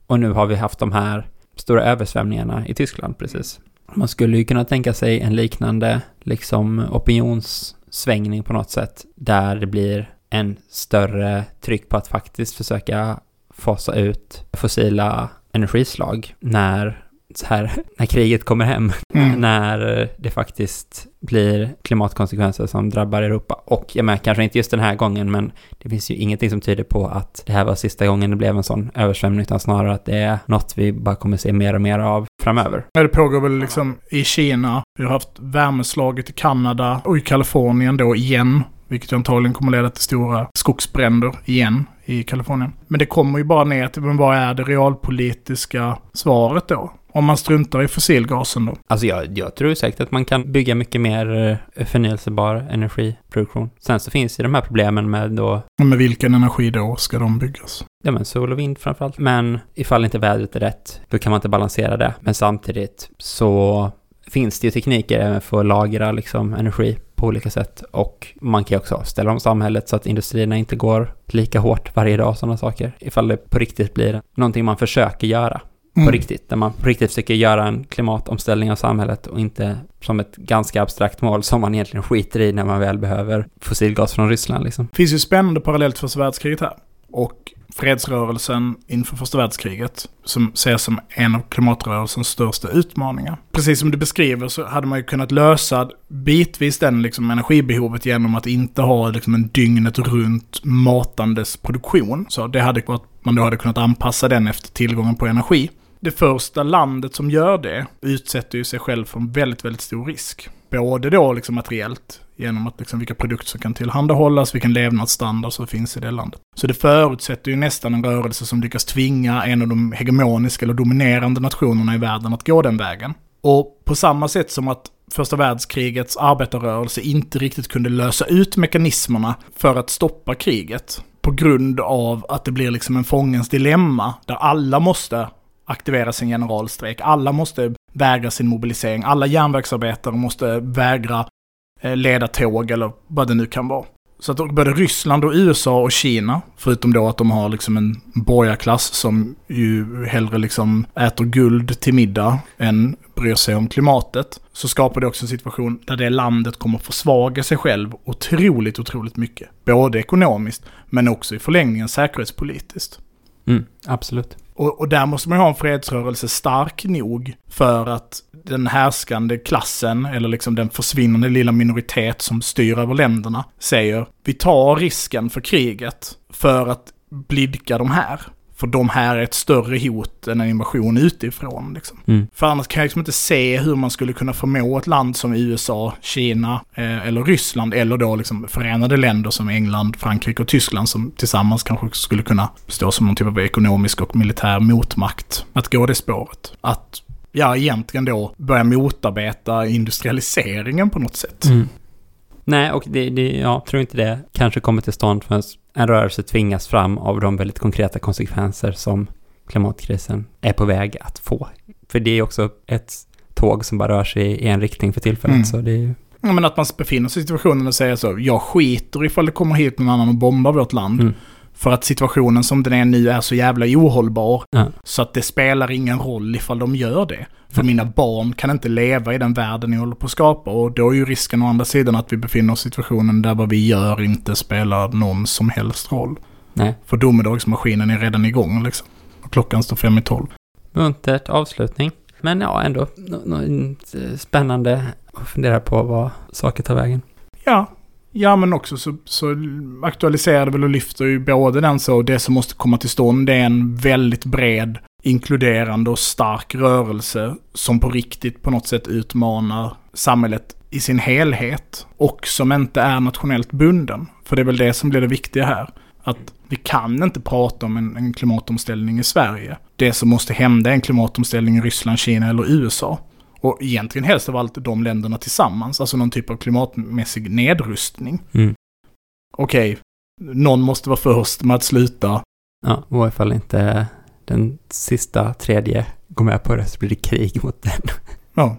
Och nu har vi haft de här stora översvämningarna i Tyskland precis. Man skulle ju kunna tänka sig en liknande liksom opinionssvängning på något sätt där det blir en större tryck på att faktiskt försöka fasa ut fossila energislag när, så här, när kriget kommer hem, mm. när det faktiskt blir klimatkonsekvenser som drabbar Europa. Och jag menar, kanske inte just den här gången, men det finns ju ingenting som tyder på att det här var sista gången det blev en sån översvämning, utan snarare att det är något vi bara kommer se mer och mer av framöver. Det pågår väl liksom i Kina, vi har haft värmeslaget i Kanada och i Kalifornien då igen, vilket antagligen kommer leda till stora skogsbränder igen i Kalifornien. Men det kommer ju bara ner till vad är det realpolitiska svaret då? Om man struntar i fossilgasen då? Alltså jag, jag tror säkert att man kan bygga mycket mer förnyelsebar energiproduktion. Sen så finns ju de här problemen med då... Och med vilken energi då ska de byggas? Ja, men sol och vind framförallt. Men ifall inte vädret är rätt, då kan man inte balansera det. Men samtidigt så finns det ju tekniker även för att lagra liksom energi på olika sätt. Och man kan ju också ställa om samhället så att industrierna inte går lika hårt varje dag, sådana saker. Ifall det på riktigt blir någonting man försöker göra. Mm. På riktigt, där man på riktigt försöker göra en klimatomställning av samhället och inte som ett ganska abstrakt mål som man egentligen skiter i när man väl behöver fossilgas från Ryssland. Liksom. Det finns ju spännande parallellt första världskriget här. Och fredsrörelsen inför första världskriget som ses som en av klimatrörelsens största utmaningar. Precis som du beskriver så hade man ju kunnat lösa bitvis den liksom energibehovet genom att inte ha liksom en dygnet runt matandes produktion. Så det hade varit, man då hade kunnat anpassa den efter tillgången på energi. Det första landet som gör det utsätter ju sig själv för en väldigt, väldigt stor risk. Både då liksom materiellt, genom att liksom vilka produkter som kan tillhandahållas, vilken levnadsstandard som finns i det landet. Så det förutsätter ju nästan en rörelse som lyckas tvinga en av de hegemoniska eller dominerande nationerna i världen att gå den vägen. Och på samma sätt som att första världskrigets arbetarrörelse inte riktigt kunde lösa ut mekanismerna för att stoppa kriget på grund av att det blir liksom en fångens dilemma där alla måste aktivera sin generalstrejk, alla måste vägra sin mobilisering, alla järnvägsarbetare måste vägra eh, leda tåg eller vad det nu kan vara. Så att både Ryssland och U S A och Kina, förutom då att de har liksom en borgarklass som ju hellre liksom äter guld till middag än bryr sig om klimatet, så skapar det också en situation där det landet kommer försvaga sig själv otroligt, otroligt mycket. Både ekonomiskt men också i förlängningen säkerhetspolitiskt. Mm, absolut. Och, och där måste man ha en fredsrörelse stark nog för att den härskande klassen eller liksom den försvinnande lilla minoritet som styr över länderna säger vi tar risken för kriget för att blidka de här. För de här är ett större hot än en invasion utifrån. Liksom. Mm. För annars kan jag liksom inte se hur man skulle kunna förmå ett land som U S A, Kina eh, eller Ryssland eller då liksom förenade länder som England, Frankrike och Tyskland som tillsammans kanske skulle kunna stå som någon typ av ekonomisk och militär motmakt. Att gå det spåret. Att ja, egentligen då börja motarbeta industrialiseringen på något sätt. Mm. Nej, och det, det, jag tror inte det kanske kommer till stånd förrän en rörelse tvingas fram av de väldigt konkreta konsekvenser som klimatkrisen är på väg att få. För det är också ett tåg som bara rör sig i en riktning för tillfället. Mm. Så det är ju... ja, men att man befinner sig i situationen och säger så, jag skiter ifall det kommer hit någon annan och bombar vårt land. Mm. För att situationen som den är nu är så jävla ohållbar. Mm. Så att det spelar ingen roll ifall de gör det. För mm. mina barn kan inte leva i den världen ni håller på att skapa. Och då är ju risken å andra sidan att vi befinner oss i situationen där vad vi gör inte spelar någon som helst roll. Nej. För domedagsmaskinen är redan igång liksom. Och klockan står fem i tolv. Muntert avslutning. Men ja, ändå något spännande att fundera på vad saker tar vägen. Ja. Ja, men också så, så aktualiserar det väl och lyfter ju både den så det som måste komma till stånd. Det är en väldigt bred, inkluderande och stark rörelse som på riktigt på något sätt utmanar samhället i sin helhet och som inte är nationellt bunden. För det är väl det som blir det viktiga här. Att vi kan inte prata om en, en klimatomställning i Sverige. Det som måste hända är en klimatomställning i Ryssland, Kina eller U S A. Och egentligen helst av allt de länderna tillsammans. Alltså någon typ av klimatmässig nedrustning. Mm. Okej, okay, någon måste vara först med att sluta. Ja, och ifall inte den sista tredje går med på det så blir det krig mot den. Ja.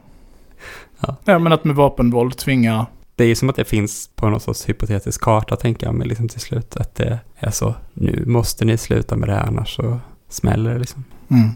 Ja, ja men att med vapenvåld tvinga... Det är ju som att det finns på någon sorts hypotetisk karta, tänker jag, men liksom till slut att det är så, nu måste ni sluta med det här, annars så smäller det liksom. Mm.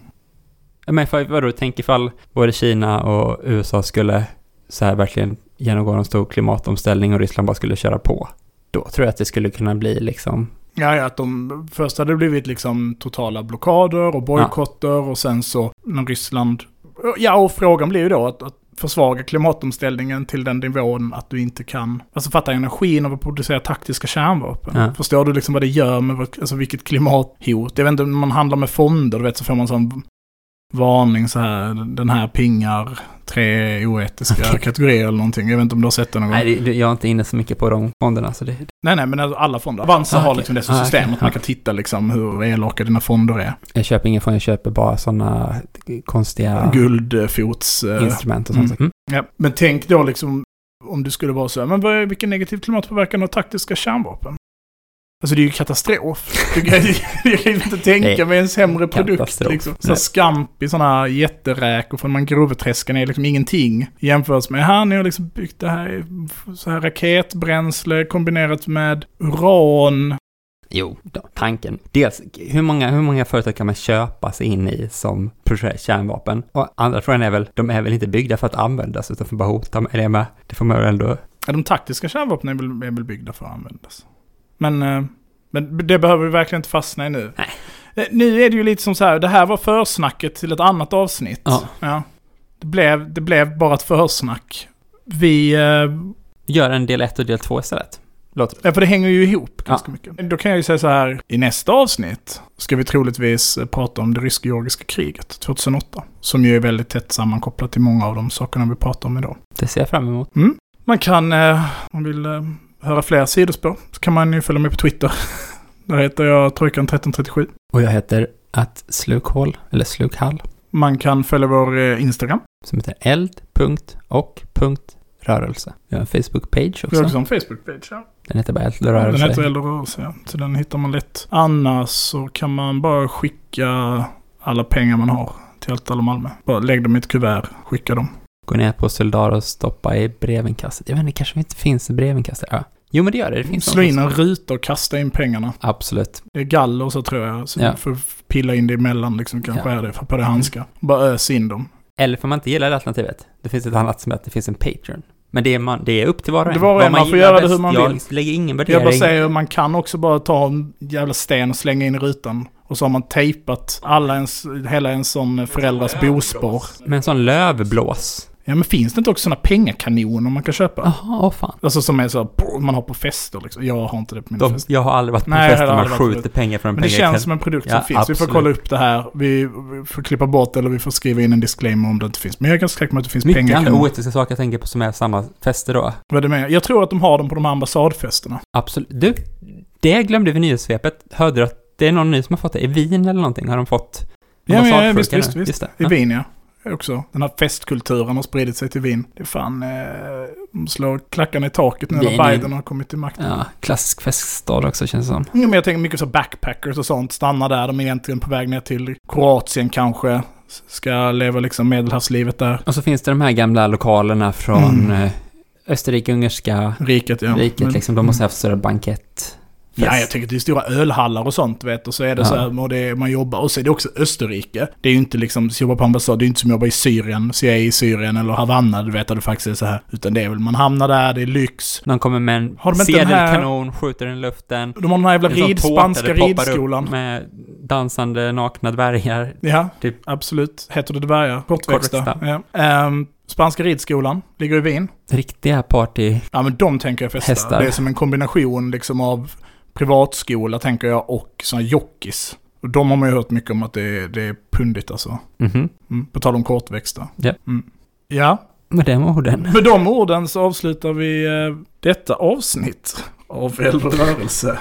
Men för, vadå, tänk ifall både Kina och U S A skulle så här verkligen genomgå en stor klimatomställning och Ryssland bara skulle köra på. Då tror jag att det skulle kunna bli liksom... Ja, ja, att de först hade det blivit liksom totala blockader och bojkotter ja. Och sen så när Ryssland... Ja, och frågan blir ju då att, att försvaga klimatomställningen till den nivån att du inte kan... Alltså fatta energin av att producera taktiska kärnvapen. Ja. Förstår du liksom vad det gör med alltså vilket klimathot? Jag vet inte, om man handlar med fonder, du vet, så får man sån varning så här, den här pingar tre oetiska okay. kategorier eller någonting. Jag vet inte om du har sett det någon gång. Nej, det, jag är inte inne så mycket på de fonderna. Så det... Nej, nej, men alla fonder. Avanza ah, har liksom okay. det som system ah, okay. att man kan titta liksom hur elaka dina fonder är. Jag köper ingen fond, jag köper bara sådana konstiga... Guldfots... instrument och sånt. Mm. Mm. Ja, men tänk då liksom om du skulle vara så här, men vad är, vilken negativ klimatpåverkan av taktiska kärnvapen? Alltså det är ju katastrof. Jag kan, jag kan inte tänka mig en sämre produkt. Liksom. Så skamp i sådana jätteräkor från man groveträskan är liksom ingenting. Jämfört med här, ni har liksom byggt det här så här raketbränsle kombinerat med uran. Jo, då, tanken. Dels, hur många, hur många företag kan man köpa sig in i som producerar kärnvapen? Och andra frågan är väl, de är väl inte byggda för att användas utan för att bara hota med det med. Det får man väl ändå... Ja, de taktiska kärnvapnen är väl, är väl byggda för att användas. Men, men det behöver vi verkligen inte fastna i nu. Nej. Nu är det ju lite som så här, det här var försnacket till ett annat avsnitt. Ja. Ja. Det, blev, det blev bara ett försnack. Vi... Eh, gör en del ett och del två istället. Låter det. Ja, för det hänger ju ihop ganska ja. mycket. Då kan jag ju säga så här, i nästa avsnitt ska vi troligtvis prata om det rysk-georgiska kriget tjugohundraåtta. Som ju är väldigt tätt sammankopplat till många av de sakerna vi pratar om idag. Det ser jag fram emot. Mm. Man kan, eh, om man vill... Eh, höra fler sidospår så kan man ju följa mig på Twitter. Där heter jag Trojkan tretton trettiosju. Och jag heter att slukhål eller slukhall. Man kan följa vår Instagram. Som heter eld punkt och punkt rörelse. Vi har en Facebook-page också. Vi har också en Facebook-page, ja. Den heter bara eld och rörelse. Den heter eld och rörelse, ja. Så den hittar man lätt. Annars så kan man bara skicka alla pengar man har till Allt alla Malmö. Bara lägg dem i ett kuvert, skicka dem. Gå ner på Soldar och stoppa i brevinkastet. Jag vet inte, kanske inte finns i brevinkastet. Ja. Jo, men det gör det. det finns Slå in en ruta och kasta in pengarna. Absolut. Det är galler så tror jag. Så ja. du får pilla in det emellan liksom, kanske ja. är det för på det handskar. Bara ös in dem. Eller får man inte gilla det alternativet. Det finns ett annat som är att det finns en Patreon. Men det är, man, det är upp till var och en. Det var en, man, man får göra bäst. Det hur man jag vill. Jag lägger ingen värdering. Jag bara säger, man kan också bara ta en jävla sten och slänga in i rutan. Och så har man tejpat alla ens, hela en sån föräldrars bospår. Med en sån lövblås. Ja, men finns det inte också såna pengakanoner man kan köpa? Jaha, åh fan. Alltså som är så, man har på fester liksom. Jag har inte det på mina fester. Jag har aldrig varit på Nej, fester där man skjuter pengar från en Men det känns som en produkt ja, som finns. absolut. Vi får kolla upp det här. Vi, vi får klippa bort eller vi får skriva in en disclaimer om det inte finns. Men jag är ganska säker på att det finns mycket pengakanoner. Mycket andra oetiska saker jag tänker på som är samma fester då. Vad är det med? Jag tror att de har dem på de här ambassadfesterna. Absolut. Du, det glömde vi i nyhetssvepet. Hörde du att det är någon ny som har fått det? I Wien eller någonting har de fått ja, men, ja, visst, visst, visst. Det. I ja. Wien, ja. Också. Den här festkulturen har spridit sig till Wien. Det är fan, eh, slår klackarna i taket när Biden har kommit till makten. Ja, klassisk feststad också känns det som. Ja, men jag tänker mycket så backpackers och sånt. Stannar där, de är egentligen på väg ner till Kroatien kanske. Ska leva liksom medelhavslivet där. Och så finns det de här gamla lokalerna från mm. Österrike-ungerska riket. Ja. riket men, liksom, de måste ha haft större bankett. Ja, jag tycker det är stora ölhallar och sånt, vet. Och så är det ja. så här, och det är, man jobbar. Och så är det också Österrike. Det är ju inte liksom, så jobbar på ambassad, det är inte som jobbar i Syrien. Så jag är i Syrien eller Havanna, du vet att det faktiskt är så här. Utan det är väl, man hamnar där, det är lyx. De kommer med en sedelkanon, skjuter den i luften. De har den här jävla rid, spanska ridskolan. Med dansande nakna dvärgar. Ja, typ. Absolut. Heter det dvärgar? Kortväxta. Kortväxta. Ja. Um, Spanska ridskolan ligger i Wien. Riktiga party. Ja, men de tänker jag festa. Hästar. Det är som en kombination liksom av privatskola, tänker jag, och såna jockeys. Och de har man ju hört mycket om att det är, det är pundigt alltså. Mm-hmm. Mm, på tal om kortväxta. Ja. Mm. Ja. Med de orden. Med de orden så avslutar vi eh, detta avsnitt av Eld och rörelse.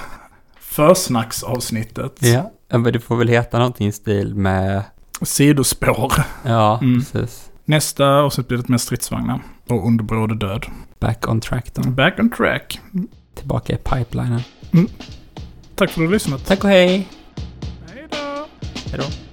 Försnacksavsnittet. Ja, men det får väl heta någonting i stil med sidospår. Ja, mm. precis. Nästa avsnitt blir det med stridsvagnar och underbråd död. Back on track då. Back on track. Tillbaka i pipelinen. Mm. Tack för att du har lyssnat. Tack och hej. Hej då. Hej då.